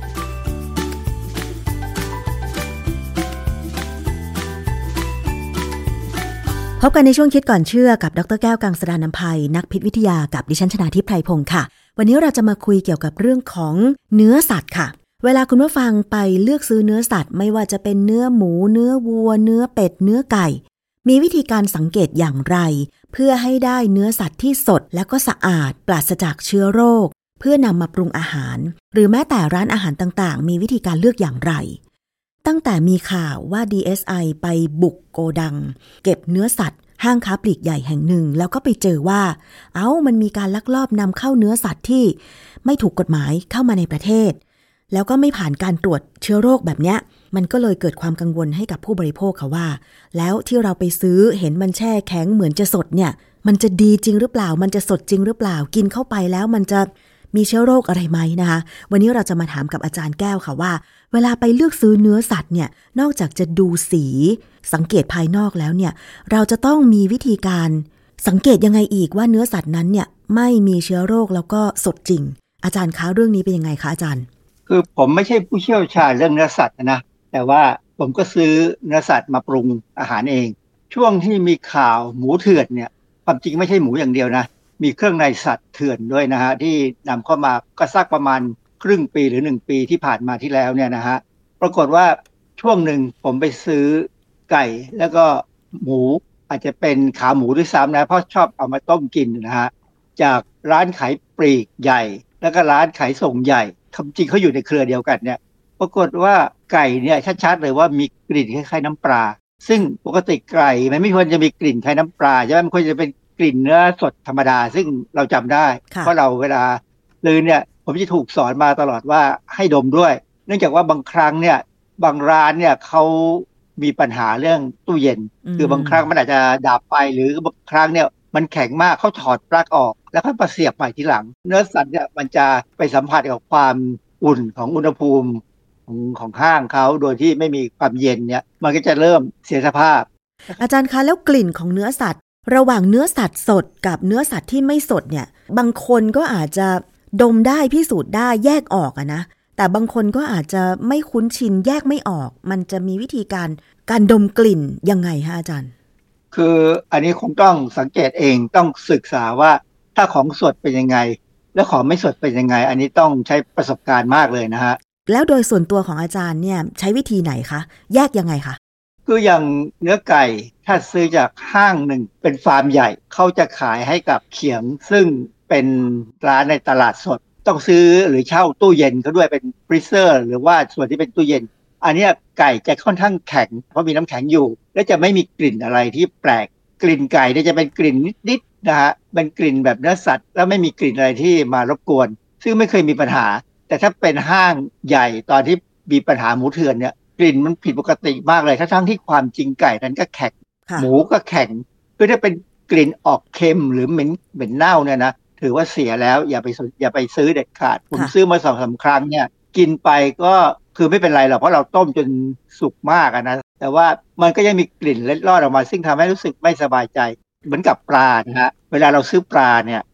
พบกันในช่วงคิดก่อนเชื่อกับดร.แก้วกังสดาลอำไพนักพิษวิทยากับดิฉันชนาทิพย์ไพพงศ์ค่ะวันนี้เราจะมาคุยเกี่ยวกับเรื่องของเนื้อสัตว์ค่ะเวลาคุณผู้ฟังไปเลือกซื้อเนื้อสัตว์ไม่ว่าจะเป็นเนื้อหมูเนื้อวัวเนื้อเป็ดเนื้อไก่มีวิธีการสังเกตอย่างไรเพื่อให้ได้เนื้อสัตว์ที่สดและก็สะอาดปราศจากเชื้อโรคเพื่อนำมาปรุงอาหารหรือแม้แต่ร้านอาหารต่างๆมีวิธีการเลือกอย่างไรตั้งแต่มีข่าวว่า DSI ไปบุกโกดังเก็บเนื้อสัตว์ห้างค้าปลีกใหญ่แห่งหนึ่งแล้วก็ไปเจอว่ามันมีการลักลอบนำเข้าเนื้อสัตว์ที่ไม่ถูกกฎหมายเข้ามาในประเทศแล้วก็ไม่ผ่านการตรวจเชื้อโรคแบบเนี้ยมันก็เลยเกิดความกังวลให้กับผู้บริโภคค่ะว่าแล้วที่เราไปซื้อเห็นมันแช่แข็งเหมือนจะสดเนี่ยมันจะดีจริงหรือเปล่ามันจะสดจริงหรือเปล่ากินเข้าไปแล้วมันจะมีเชื้อโรคอะไรไหมนะคะวันนี้เราจะมาถามกับอาจารย์แก้วค่ะว่าเวลาไปเลือกซื้อเนื้อสัตว์เนี่ยนอกจากจะดูสีสังเกตภายนอกแล้วเนี่ยเราจะต้องมีวิธีการสังเกตยังไงอีกว่าเนื้อสัตว์นั้นเนี่ยไม่มีเชื้อโรคแล้วก็สดจริงอาจารย์คะเรื่องนี้เป็นยังไงคะอาจารย์คือผมไม่ใช่ผู้เชี่ยวชาญเรื่องเนื้อสัตว์นะแต่ว่าผมก็ซื้อเนื้อสัตว์มาปรุงอาหารเองช่วงที่มีข่าวหมูเถื่อนเนี่ยความจริงไม่ใช่หมูอย่างเดียวนะมีเครื่องในสัตว์เถื่อนด้วยนะฮะที่นำเข้ามาก็สักประมาณครึ่งปีหรือ1ปีที่ผ่านมาที่แล้วเนี่ยนะฮะปรากฏว่าช่วงหนึ่งผมไปซื้อไก่แล้วก็หมูอาจจะเป็นขาหมูด้วยซ้ำนะเพราะชอบเอามาต้มกินนะฮะจากร้านขายปลีกใหญ่แล้วก็ร้านขายส่งใหญ่จริงเขาอยู่ในเครือเดียวกันเนี่ยปรากฏว่าไก่เนี่ยชัดๆเลยว่ามีกลิ่นคล้ายๆน้ำปลาซึ่งปกติไก่มันไม่ควรจะมีกลิ่นคล้ายน้ำปลาใช่ไหมมันควรจะเป็นกลิ่นเนื้อสดธรรมดาซึ่งเราจำได้เพราะเราเวลาซื้อเนี่ยผมจะถูกสอนมาตลอดว่าให้ดมด้วยเนื่องจากว่าบางครั้งเนี่ยบางร้านเนี่ยเขามีปัญหาเรื่องตู้เย็นคือบางครั้งมันอาจจะดับไปหรือบางครั้งเนี่ยมันแข็งมากเขาถอดปลั๊กออกแล้วค่อยมาเสียบใหม่ทีหลังเนื้อสัตว์เนี่ยมันจะไปสัมผัสกับความอุ่นของอุณหภูมิของห้างเขาโดยที่ไม่มีความเย็นเนี่ยมันก็จะเริ่มเสียสภาพอาจารย์คะแล้วกลิ่นของเนื้อสัตว์ระหว่างเนื้อสัตว์สดกับเนื้อสัตว์ที่ไม่สดเนี่ยบางคนก็อาจจะดมได้พิสูจน์ได้แยกออกนะแต่บางคนก็อาจจะไม่คุ้นชินแยกไม่ออกมันจะมีวิธีการดมกลิ่นยังไงฮะอาจารย์คืออันนี้คงต้องสังเกตเองต้องศึกษาว่าถ้าของสดเป็นยังไงแล้วของไม่สดเป็นยังไงอันนี้ต้องใช้ประสบการณ์มากเลยนะฮะแล้วโดยส่วนตัวของอาจารย์เนี่ยใช้วิธีไหนคะแยกยังไงคะคืออย่างเนื้อไก่ถ้าซื้อจากห้างหนึ่งเป็นฟาร์มใหญ่เขาจะขายให้กับเขียงซึ่งเป็นร้านในตลาดสดต้องซื้อหรือเช่าตู้เย็นเขาด้วยเป็นฟรีเซอร์หรือว่าส่วนที่เป็นตู้เย็นอันนี้ไก่จะค่อนข้างแข็งเพราะมีน้ำแข็งอยู่และจะไม่มีกลิ่นอะไรที่แปลกกลิ่นไก่จะเป็นกลิ่นนิดๆนะฮะเป็นกลิ่นแบบเนื้อสัตว์แล้วไม่มีกลิ่นอะไรที่มารบกวนซึ่งไม่เคยมีปัญหาแต่ถ้าเป็นห้างใหญ่ตอนที่มีปัญหาหมูเถื่อนเนี่ยกลิ่นมันผิดปกติมากเลยทั้งที่ความจริงไก่นั้นก็แข็งหมูก็แข็งคือถ้าเป็นกลิ่นออกเค็มหรือเหม็นเน่าเนี่ยนะถือว่าเสียแล้วอย่าไปซื้อเด็ดขาดผมซื้อมา 2-3 ครั้งเนี่ยกินไปก็คือไม่เป็นไรหรอกเพราะเราต้มจนสุกมากนะแต่ว่ามันก็ยังมีกลิ่นเล็ดลอดออกมาซึ่งทำให้รู้สึกไม่สบายใจเหมือนกับปลานะฮะเวลาเราซื้อปลาเนี่ย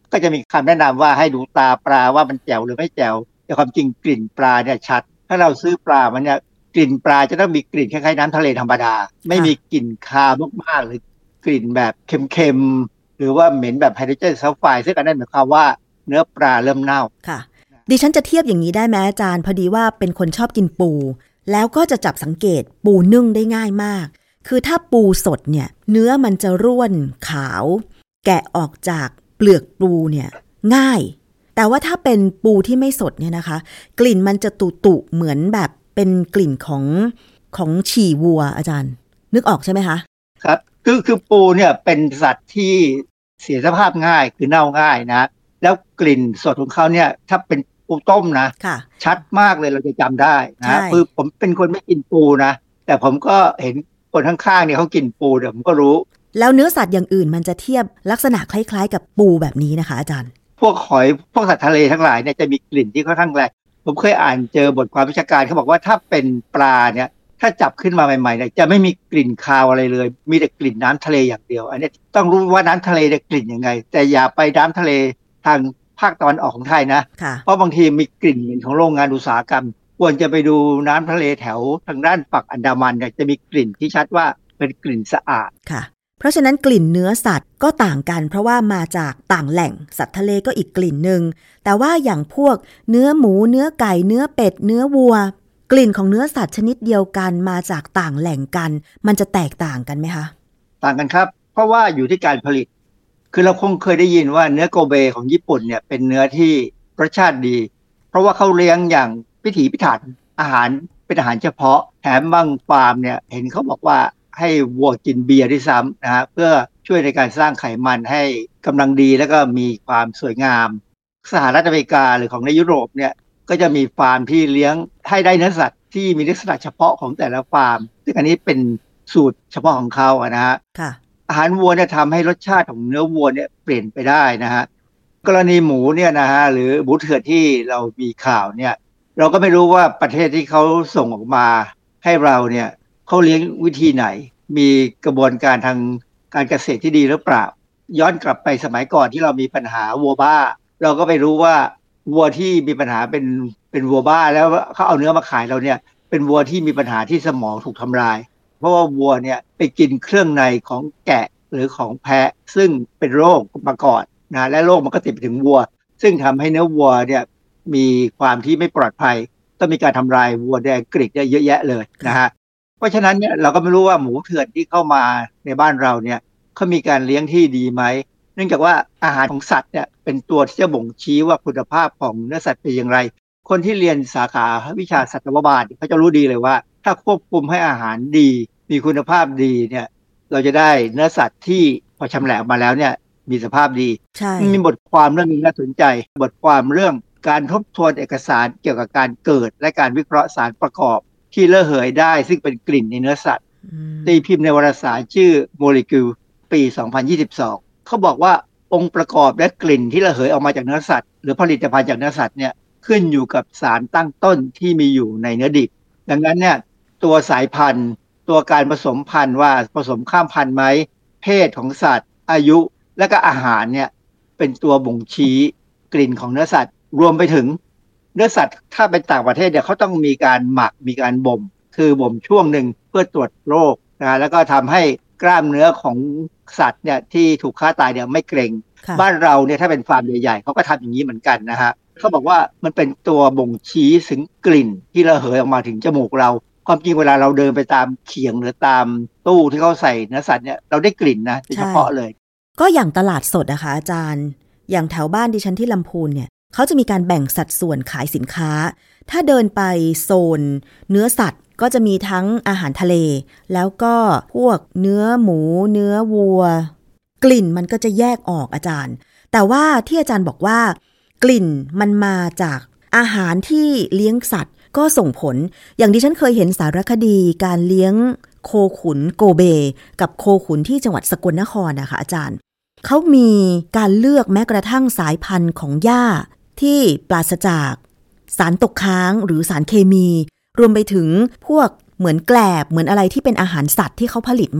ก็จะมีคำแนะนำว่าให้ดูตาปลาว่ามันแจ๋วหรือไม่แจ๋วแต่ความจริงกลิ่นปลาเนี่ยชัดถ้าเราซื้อปลามันเนี่ยกลิ่นปลาจะต้องมีกลิ่นคล้ายๆน้ำทะเลธรรมดาไม่มีกลิ่นคาวมากๆหรือกลิ่นแบบเค็มๆหรือว่าเหม็นแบบไฮโดรเจนซัลไฟด์ซึ่งอันนั้นหมายความว่าเนื้อปลาเริ่มเน่าค่ะดิฉันจะเทียบอย่างนี้ได้ไหมอาจารย์พอดีว่าเป็นคนชอบกินปูแล้วก็จะจับสังเกตปูนึ่งได้ง่ายมากคือถ้าปูสดเนี่ยเนื้อมันจะร่วนขาวแกะออกจากเปลือกปูเนี่ยง่ายแต่ว่าถ้าเป็นปูที่ไม่สดเนี่ยนะคะกลิ่นมันจะตุๆเหมือนแบบเป็นกลิ่นของฉี่วัวอาจารย์นึกออกใช่ไหมคะครับคือปูเนี่ยเป็นสัตว์ที่เสียสภาพง่ายคือเน่าง่ายนะแล้วกลิ่นสดของเขาเนี่ยถ้าเป็นปูต้มนะชัดมากเลยเราจะจำได้นะคือผมเป็นคนไม่กินปูนะแต่ผมก็เห็นคนข้างๆเนี่ยเขากินปูเดี๋ยวผมก็รู้แล้วเนื้อสัตว์อย่างอื่นมันจะเทียบลักษณะคล้ายๆกับปูแบบนี้นะคะอาจารย์พวกหอยพวกสัตว์ทะเลทั้งหลายเนี่ยจะมีกลิ่นที่ค่อนข้างแรงผมเคยอ่านเจอบทความวิชาการเขาบอกว่าถ้าเป็นปลาเนี่ยถ้าจับขึ้นมาใหม่ๆเนี่ยจะไม่มีกลิ่นคาวอะไรเลยมีแต่กลิ่นน้ำทะเลอย่างเดียวอันนี้ต้องรู้ว่าน้ำทะเลเนี่ยกลิ่นยังไงแต่อย่าไปน้ำทะเลทางภาคตะวันออกของไทยนะเพราะบางทีมีกลิ่นเหม็นของโรงงานอุตสาหกรรมควรจะไปดูน้ำทะเลแถวทางด้านฝั่งอันดามันเนี่ยจะมีกลิ่นที่ชัดว่าเป็นกลิ่นสะอาดค่ะเพราะฉะนั้นกลิ่นเนื้อสัตว์ก็ต่างกันเพราะว่ามาจากต่างแหล่งสัตว์ทะเลก็อีกกลิ่นนึงแต่ว่าอย่างพวกเนื้อหมูเนื้อไก่เนื้อเป็ดเนื้อวัวกลิ่นของเนื้อสัตว์ชนิดเดียวกันมาจากต่างแหล่งกันมันจะแตกต่างกันไหมคะต่างกันครับเพราะว่าอยู่ที่การผลิตคือเราคงเคยได้ยินว่าเนื้อโกเบของญี่ปุ่นเนี่ยเป็นเนื้อที่รสชาติดีเพราะว่าเขาเลี้ยงอย่างพิถีพิถันอาหารเป็นอาหารเฉพาะแถมบางฟาร์มเนี่ยเห็นเขาบอกว่าให้วัวกินเบียร์ด้วยซ้ำนะฮะเพื่อช่วยในการสร้างไขมันให้กำลังดีแล้วก็มีความสวยงามสหรัฐอเมริกาหรือของในยุโรปเนี่ยก็จะมีฟาร์มที่เลี้ยงให้ได้เนื้อสัตว์ที่มีลักษณะเฉพาะของแต่ละฟาร์มซึ่งอันนี้เป็นสูตรเฉพาะของเขานะฮะอาหารวัวเนี่ยทำให้รสชาติของเนื้อวัวเนี่ยเปลี่ยนไปได้นะฮะกรณีหมูเนี่ยนะฮะหรือหมูเถื่อนที่เรามีข่าวเนี่ยเราก็ไม่รู้ว่าประเทศที่เขาส่งออกมาให้เราเนี่ยเขาเลี้ยงวิธีไหนมีกระบวนการทางการเกษตรที่ดีหรือเปล่าย้อนกลับไปสมัยก่อนที่เรามีปัญหาวัวบ้าเราก็ไปรู้ว่าวัวที่มีปัญหาเป็นวัวบ้าแล้วเขาเอาเนื้อมาขายเราเนี่ยเป็นวัวที่มีปัญหาที่สมองถูกทำลายเพราะว่าวัวเนี่ยไปกินเครื่องในของแกะหรือของแพะซึ่งเป็นโรคมาก่อนนะและโรคมันก็ติดไปถึงวัวซึ่งทำให้เนื้อวัวเนี่ยมีความที่ไม่ปลอดภัยต้องมีการทำลายวัวแดงกรีกได้เยอะแยะเลยนะฮะเพราะฉะนั้นเนี่ยเราก็ไม่รู้ว่าหมูเถื่อนที่เข้ามาในบ้านเราเนี่ยเขามีการเลี้ยงที่ดีไหมเนื่องจากว่าอาหารของสัตว์เนี่ยเป็นตัวที่จะบ่งชี้ว่าคุณภาพของเนื้อสัตว์เป็นอย่างไรคนที่เรียนสาขาวิชาสัตวบาลเขาจะรู้ดีเลยว่าถ้าควบคุมให้อาหารดีมีคุณภาพดีเนี่ยเราจะได้เนื้อสัตว์ที่พอชำแหละมาแล้วเนี่ยมีสภาพดีมีบทความเรื่องนึงน่าสนใจบทความเรื่องการทบทวนเอกสารเกี่ยวกับการเกิดและการวิเคราะห์สารประกอบที่ระเหยได้ซึ่งเป็นกลิ่นในเนื้อสัตว์ตีพิมพ์ในวารสารชื่อ Molecule ปี 2022 เขาบอกว่าองค์ประกอบและกลิ่นที่ระเหยออกมาจากเนื้อสัตว์หรือผลิตภัณฑ์จากเนื้อสัตว์เนี่ยขึ้นอยู่กับสารตั้งต้นที่มีอยู่ในเนื้อดิบดังนั้นเนี่ยตัวสายพันธุ์ตัวการผสมพันธุ์ว่าผสมข้ามพันธุ์ไหมเพศของสัตว์อายุและก็อาหารเนี่ยเป็นตัวบ่งชี้กลิ่นของเนื้อสัตว์รวมไปถึงเนื้อสัตว์ถ้าเป็นต่างประเทศเนี่ยเขาต้องมีการหมักมีการบ่มคือบ่มช่วงหนึ่งเพื่อตรวจโรคนะแล้วก็ทำให้กล้ามเนื้อของสัตว์เนี่ยที่ถูกฆ่าตายเนี่ยไม่เกร็งบ้านเราเนี่ยถ้าเป็นฟาร์มใหญ่ๆเขาก็ทำอย่างนี้เหมือนกันนะฮะเขาบอกว่ามันเป็นตัวบ่งชี้ถึงกลิ่นที่ระเหยออกมาถึงจมูกเราความจริงเวลาเราเดินไปตามเขียงหรือตามตู้ที่เขาใส่เนื้อสัตว์เนี่ยเราได้กลิ่นนะโดยเฉพาะเลยก็อย่างตลาดสดนะคะอาจารย์อย่างแถวบ้านดิฉันที่ลำพูนเนี่ยเขาจะมีการแบ่งสัดส่วนขายสินค้าถ้าเดินไปโซนเนื้อสัตว์ก็จะมีทั้งอาหารทะเลแล้วก็พวกเนื้อหมูเนื้อวัวกลิ่นมันก็จะแยกออกอาจารย์แต่ว่าที่อาจารย์บอกว่ากลิ่นมันมาจากอาหารที่เลี้ยงสัตว์ก็ส่งผลอย่างที่ฉันเคยเห็นสารคดีการเลี้ยงโคขุนโกเบกับโคขุนที่จังหวัดสกลนครนะคะอาจารย์เขามีการเลือกแม้กระทั่งสายพันธุ์ของหญ้าที่ปราศจากสารตกค้างหรือสารเคมีรวมไปถึงพวกเหมือนแกลบเหมือนอะไรที่เป็นอาหารสัตว์ที่เขาผลิตมา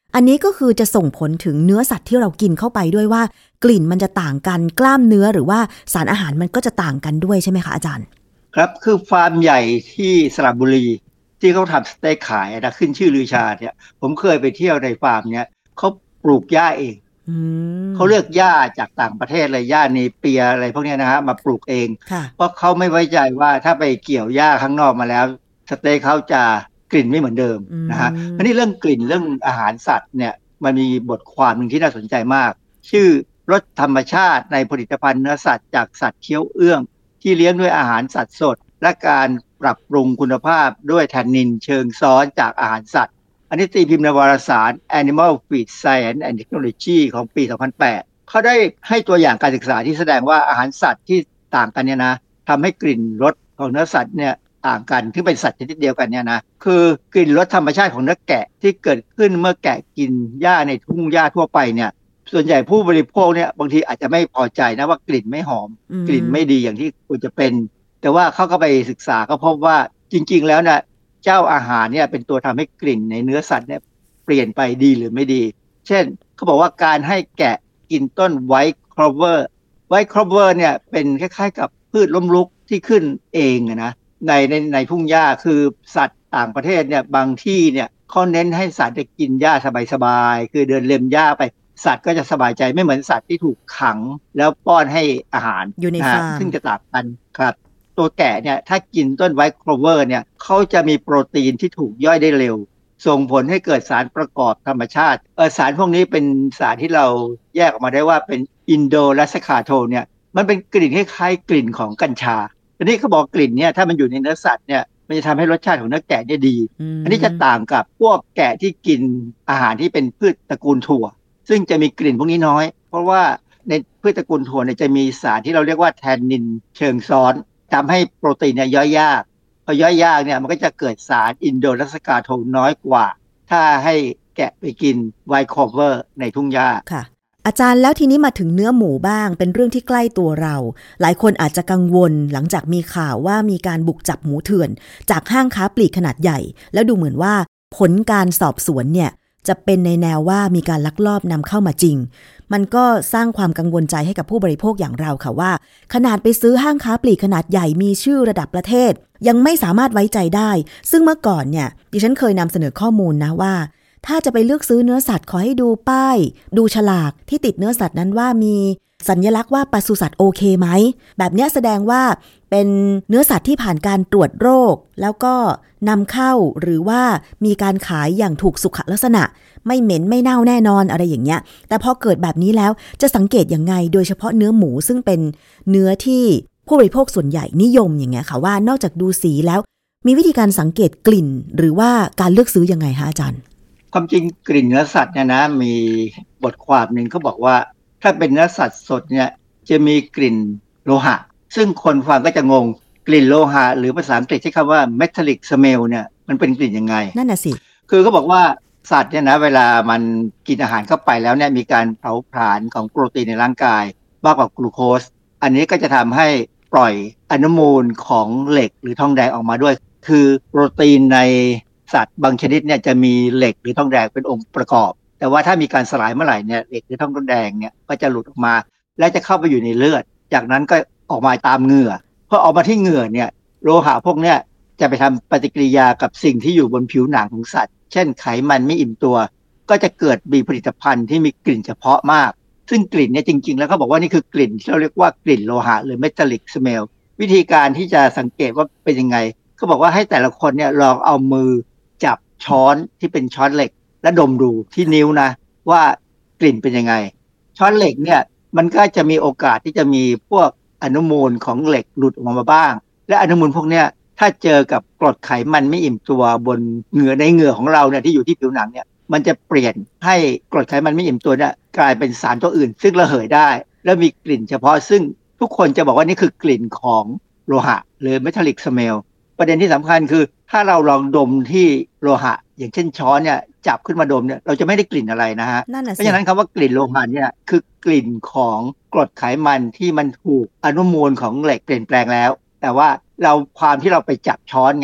อันนี้ก็คือจะส่งผลถึงเนื้อสัตว์ที่เรากินเข้าไปด้วยว่ากลิ่นมันจะต่างกันกล้ามเนื้อหรือว่าสารอาหารมันก็จะต่างกันด้วยใช่ไหมคะอาจารย์ครับคือฟาร์มใหญ่ที่สระบุรีที่เขาทำสเต็กขายนะขึ้นชื่อลือชาเนี่ยผมเคยไปเที่ยวในฟาร์มเนี่ยเขาปลูกหญ้าเองเขาเลือกหญ้าจากต่างประเทศเลยหญ้าเนเปียอะไรพวกนี้นะฮะมาปลูกเองเพราะเขาไม่ไว้ใจว่าถ้าไปเกี่ยวหญ้าข้างนอกมาแล้วสเต็กเขาจะกลิ่นไม่เหมือนเดิมนะฮะอันนี้เรื่องกลิ่นเรื่องอาหารสัตว์เนี่ยมันมีบทความหนึ่งที่น่าสนใจมากชื่อรสธรรมชาติในผลิตภัณฑ์เนื้อสัตว์จากสัตว์เคี้ยวเอื้องที่เลี้ยงด้วยอาหารสัตว์สดและการปรับปรุงคุณภาพด้วยแทนนินเชิงซ้อนจากอาหารสัตว์อันนี้ตีพิมพ์ในวารสาร Animal Feed Science and Technology ของปี 2008 เขาได้ให้ตัวอย่างการศึกษาที่แสดงว่าอาหารสัตว์ที่ต่างกันเนี่ยนะทำให้กลิ่นรสของเนื้อสัตว์เนี่ยต่างกันที่เป็นสัตว์ชนิดเดียวกันเนี่ยนะคือกลิ่นรสธรรมชาติของเนื้อแกะที่เกิดขึ้นเมื่อแกะกินหญ้าในทุ่งหญ้าทั่วไปเนี่ยส่วนใหญ่ผู้บริโภคเนี่ยบางทีอาจจะไม่พอใจนะว่ากลิ่นไม่หอมกลิ่นไม่ดีอย่างที่ควรจะเป็นแต่ว่าเขาก็ไปศึกษาก็พบว่าจริงๆแล้วเนี่ยเจ้าอาหารเนี่ยเป็นตัวทำให้กลิ่นในเนื้อสัตว์เนี่ยเปลี่ยนไปดีหรือไม่ดีเช่นเขาบอกว่าการให้แกะกินต้นไวท์คลอเวอร์เนี่ยเป็นคล้ายๆกับพืชล้มลุกที่ขึ้นเองนะในทุ่งหญ้าคือสัตว์ต่างประเทศเนี่ยบางที่เนี่ยเขาเน้นให้สัตว์ได้กินหญ้าสบายๆคือเดินเล็มหญ้าไปสัตว์ก็จะสบายใจไม่เหมือนสัตว์ที่ถูกขังแล้วป้อนให้อาหารอยู่ในฟาร์มซึ่งจะต่างกันครับตัวแกะเนี่ยถ้ากินต้นไวท์คลอเวอร์เนี่ยเขาจะมีโปรตีนที่ถูกย่อยได้เร็วส่งผลให้เกิดสารประกอบธรรมชาติสารพวกนี้เป็นสารที่เราแยกออกมาได้ว่าเป็นอินโดแลสคาโทนเนี่ยมันเป็นกลิ่นคล้ายๆกลิ่นของกัญชาอันนี้เขาบอกกลิ่นเนี่ยถ้ามันอยู่ในเนื้อสัตว์เนี่ยมันจะทำให้รสชาติของเนื้อแกะเนี่ยดีอันนี้จะต่างกับพวกแกะที่กินอาหารที่เป็นพืชตระกูลถั่วซึ่งจะมีกลิ่นพวกนี้น้อยเพราะว่าในพืชตระกูลถั่วเนี่ยจะมีสารที่เราเรียกว่าแทนนินเชิงซ้อนทำให้โปรตีนเนี่ยย่อยยากพอย่อยยากเนี่ยมันก็จะเกิดสารอินโดแลสคาโทนน้อยกว่าถ้าให้แกะไปกินไวท์คลอเวอร์ในทุ่งหญ้าค่ะอาจารย์แล้วทีนี้มาถึงเนื้อหมูบ้างเป็นเรื่องที่ใกล้ตัวเราหลายคนอาจจะกังวลหลังจากมีข่าวว่ามีการบุกจับหมูเถื่อนจากห้างค้าปลีกขนาดใหญ่แล้วดูเหมือนว่าผลการสอบสวนเนี่ยจะเป็นในแนวว่ามีการลักลอบนำเข้ามาจริงมันก็สร้างความกังวลใจให้กับผู้บริโภคอย่างเราค่ะว่าขนาดไปซื้อห้างค้าปลีกขนาดใหญ่มีชื่อระดับประเทศยังไม่สามารถไว้ใจได้ซึ่งเมื่อก่อนเนี่ยดิฉันเคยนำเสนอข้อมูลนะว่าถ้าจะไปเลือกซื้อเนื้อสัตว์ขอให้ดูป้ายดูฉลากที่ติดเนื้อสัตว์นั้นว่ามีสัญลักษณ์ว่าปศุสัตว์โอเคไหมแบบนี้แสดงว่าเป็นเนื้อสัตว์ที่ผ่านการตรวจโรคแล้วก็นำเข้าหรือว่ามีการขายอย่างถูกสุขลักษณะไม่เหม็นไม่เน่าแน่นอนอะไรอย่างเงี้ยแต่พอเกิดแบบนี้แล้วจะสังเกตยังไงโดยเฉพาะเนื้อหมูซึ่งเป็นเนื้อที่ผู้บริโภคส่วนใหญ่นิยมอย่างเงี้ยค่ะว่านอกจากดูสีแล้วมีวิธีการสังเกตกลิ่นหรือว่าการเลือกซื้อยังไงคะอาจารย์ความจริงกลิ่นเนื้อสัตว์เนี่ยนะมีบทความหนึ่งเขาบอกว่าถ้าเป็นเนื้อสัตว์สดเนี่ยจะมีกลิ่นโลหะซึ่งคนฟังก็จะงงกลิ่นโลหะหรือภาษาอังกฤษใช้คำว่า metallic smell เนี่ยมันเป็นกลิ่นยังไงนั่นน่ะสิคือเขาบอกว่าสัตว์เนี่ยนะเวลามันกินอาหารเข้าไปแล้วเนี่ยมีการเผาผลาญของโปรตีนในร่างกายมากกว่ากลูโคสอันนี้ก็จะทำให้ปล่อยอนุมูลของเหล็กหรือทองแดงออกมาด้วยคือโปรตีนในสัตว์บางชนิดเนี่ยจะมีเหล็กหรือทองแดงเป็นองค์ประกอบแต่ว่าถ้ามีการสลายเมื่อไหร่เนี่ยเหล็กหรือทองแดงเนี่ยก็จะหลุดออกมาและจะเข้าไปอยู่ในเลือดจากนั้นก็ออกมาตามเหงื่อพอออกมาที่เหงื่อเนี่ยโลหะพวกเนี้ยจะไปทำปฏิกิริยากับสิ่งที่อยู่บนผิวหนังของสัตว์เช่นไขมันไม่อิ่มตัวก็จะเกิดมีผลิตภัณฑ์ที่มีกลิ่นเฉพาะมากซึ่งกลิ่นเนี่ยจริงๆแล้วเขาบอกว่านี่คือกลิ่นที่เราเรียกว่ากลิ่นโลหะหรือ metallic smell วิธีการที่จะสังเกตว่าเป็นยังไงเขาบอกว่าให้แต่ละคนเนี่ยลองเอามือจับช้อนที่เป็นช้อนเหล็กและดมดูที่นิ้วนะว่ากลิ่นเป็นยังไงช้อนเหล็กเนี่ยมันก็จะมีโอกาสที่จะมีพวกอนุมูลของเหล็กหลุดออกมาบ้างและอนุมูลพวกเนี้ยถ้าเจอกับกรดไขมันไม่อิ่มตัวบนเหงื่อในเหงื่อของเราเนี่ยที่อยู่ที่ผิวหนังเนี่ยมันจะเปลี่ยนให้กรดไขมันไม่อิ่มตัวเนี่ยกลายเป็นสารตัวอื่นซึ่งระเหยได้และมีกลิ่นเฉพาะซึ่งทุกคนจะบอกว่านี่คือกลิ่นของโลหะหรือ metallic smell ประเด็นที่สำคัญคือถ้าเราลองดมที่โลหะอย่างเช่นช้อนเนี่ยจับขึ้นมาดมเนี่ยเราจะไม่ได้กลิ่นอะไรนะฮะเพราะฉะนั้นคำว่ากลิ่นโลหะเนี่ยคือกลิ่นของกรดไขมันที่มันถูกอนุมูลของเหล็กเปลี่ยนแปลงแล้วแต่ว่าความที่เราไปจับช้อนไงพ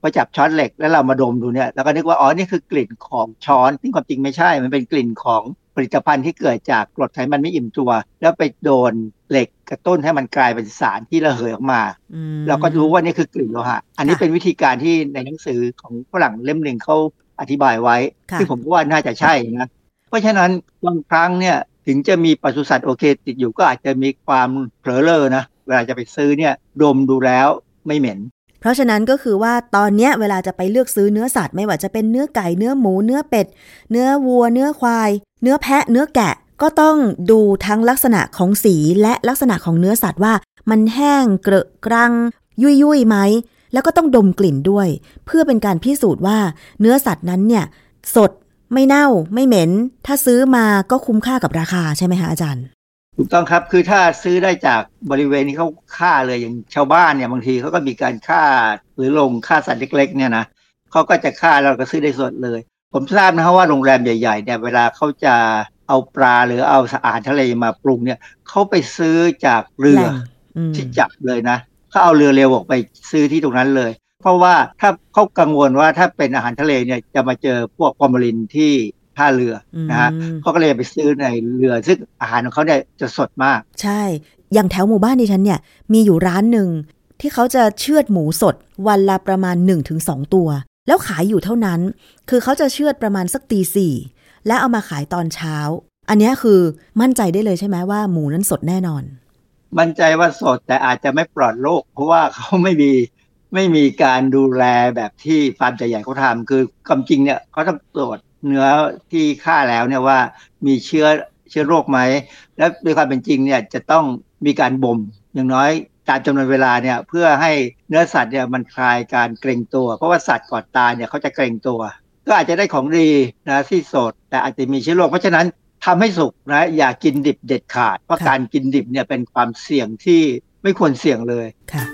อจับช้อนเหล็กแล้วเรามาดมดูเนี่ยแล้วก็นึกว่าอ๋อนี่คือกลิ่นของช้อนซึ่งความจริงไม่ใช่มันเป็นกลิ่นของผลิตภัณฑ์ที่เกิดจากกรดไขมันไม่อิ่มตัวแล้วไปโดนเหล็กกระตุ้นให้มันกลายเป็นสารที่ระเหยออกมาเราก็รู้ว่านี่คือกลิ่นโลหะอันนี้เป็นวิธีการที่ในหนังสือของฝรั่งเล่มหนึ่งเขาอธิบายไว้ที่ผมว่าน่าจะใช่นะเพราะฉะนั้นบางครั้งเนี่ยถึงจะมีปศุสัตว์โอเคติดอยู่ก็อาจจะมีความเผลอเลอนะเวลาจะไปซื้อเนี่ยดมดูแล้วไม่เหม็นเพราะฉะนั้นก็คือว่าตอนเนี้ยเวลาจะไปเลือกซื้อเนื้อสัตว์ไม่ว่าจะเป็นเนื้อไก่เนื้อหมูเนื้อเป็ดเนื้อวัวเนื้อควายเนื้อแพะเนื้อแกะก็ต้องดูทั้งลักษณะของสีและลักษณะของเนื้อสัตว์ว่ามันแห้งเกระกรังยุ่ยๆไหมแล้วก็ต้องดมกลิ่นด้วยเพื่อเป็นการพิสูจน์ว่าเนื้อสัตว์นั้นเนี่ยสดไม่เน่าไม่เหม็นถ้าซื้อมาก็คุ้มค่ากับราคาใช่ไหมคะอาจารย์ถูกต้องครับคือถ้าซื้อได้จากบริเวณที่เขาฆ่าเลยอย่างชาวบ้านเนี่ยบางทีเขาก็มีการฆ่าหรือลงฆ่าสัตว์เล็กๆเนี่ยนะเขาก็จะฆ่าเราก็ซื้อได้สดเลยผมทราบนะครับว่าโรงแรมใหญ่ๆเนี่ยเวลาเขาจะเอาปลาหรือเอาอาหารทะเลมาปรุงเนี่ยเขาไปซื้อจากเรือที่จับเลยนะเขาเอาเรือเร็วออกไปซื้อที่ตรงนั้นเลยเพราะว่าถ้าเขากังวลว่าถ้าเป็นอาหารทะเลเนี่ยจะมาเจอพวกฟอร์มาลินที่ท่าเรือนะฮะเขาก็เลยไปซื้อในเรือซึ่งอาหารของเขาเนี่ยจะสดมากใช่อย่างแถวหมู่บ้านดิฉันเนี่ยมีอยู่ร้านหนึ่งที่เขาจะเชือดหมูสดวันละประมาณ 1-2 ตัวแล้วขายอยู่เท่านั้นคือเขาจะเชือดประมาณสัก 4:00 นและเอามาขายตอนเช้าอันนี้คือมั่นใจได้เลยใช่ไหมว่าหมูนั้นสดแน่นอนมั่นใจว่าสดแต่อาจจะไม่ปลอดโรคเพราะว่าเขาไม่มีการดูแลแบบที่ฟาร์มใหญ่ๆเขาทำคือความจริงเนี่ยเขาต้องตรวจเนื้อที่ฆ่าแล้วเนี่ยว่ามีเชื้อโรคไหมและโดยความเป็นจริงเนี่ยจะต้องมีการบ่มอย่างน้อยตามจำนวนเวลาเนี่ยเพื่อให้เนื้อสัตว์เนี่ยมันคลายการเกร็งตัวเพราะว่าสัตว์ก่อนตายเนี่ยเขาจะเกร็งตัวก็อาจจะได้ของดีนะที่สดแต่อาจจะมีเชื้อโรคเพราะฉะนั้นทำให้สุกนะอย่ากินดิบเด็ดขาดเพราะการกินดิบเนี่ยเป็นความเสี่ยงที่ไม่ควรเสี่ยงเลยค่ะ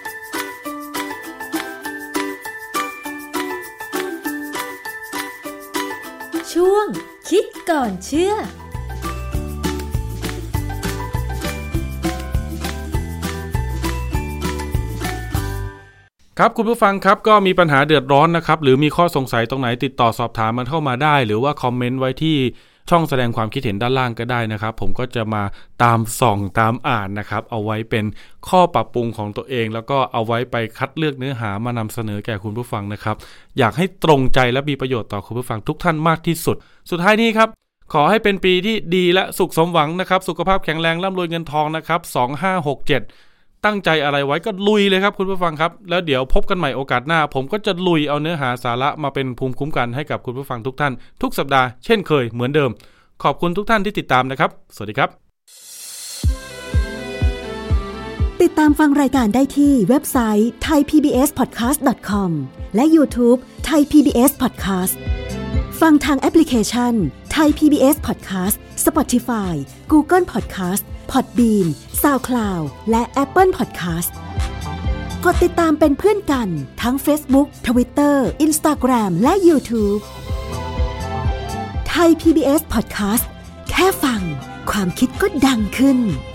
ช่วงคิดก่อนเชื่อครับคุณผู้ฟังครับก็มีปัญหาเดือดร้อนนะครับหรือมีข้อสงสัยตรงไหนติดต่อสอบถามมันเข้ามาได้หรือว่าคอมเมนต์ไว้ที่ช่องแสดงความคิดเห็นด้านล่างก็ได้นะครับผมก็จะมาตามส่องตามอ่านนะครับเอาไว้เป็นข้อปรับปรุงของตัวเองแล้วก็เอาไว้ไปคัดเลือกเนื้อหามานำเสนอแก่คุณผู้ฟังนะครับอยากให้ตรงใจและมีประโยชน์ต่อคุณผู้ฟังทุกท่านมากที่สุดสุดท้ายนี้ครับขอให้เป็นปีที่ดีและสุขสมหวังนะครับสุขภาพแข็งแรงร่ำรวยเงินทองนะครับ2567ตั้งใจอะไรไว้ก็ลุยเลยครับคุณผู้ฟังครับแล้วเดี๋ยวพบกันใหม่โอกาสหน้าผมก็จะลุยเอาเนื้อหาสาระมาเป็นภูมิคุ้มกันให้กับคุณผู้ฟังทุกท่านทุกสัปดาห์เช่นเคยเหมือนเดิมขอบคุณทุกท่านที่ติดตามนะครับสวัสดีครับติดตามฟังรายการได้ที่เว็บไซต์ thaipbspodcast.com และ YouTube Thai PBS Podcast ฟังทางแอปพลิเคชัน Thai PBS Podcast Spotify Google Podcast Podbean SoundCloud และ Apple Podcast กดติดตามเป็นเพื่อนกันทั้ง Facebook Twitter Instagram และ YouTube Thai PBS Podcast แค่ฟังความคิดก็ดังขึ้น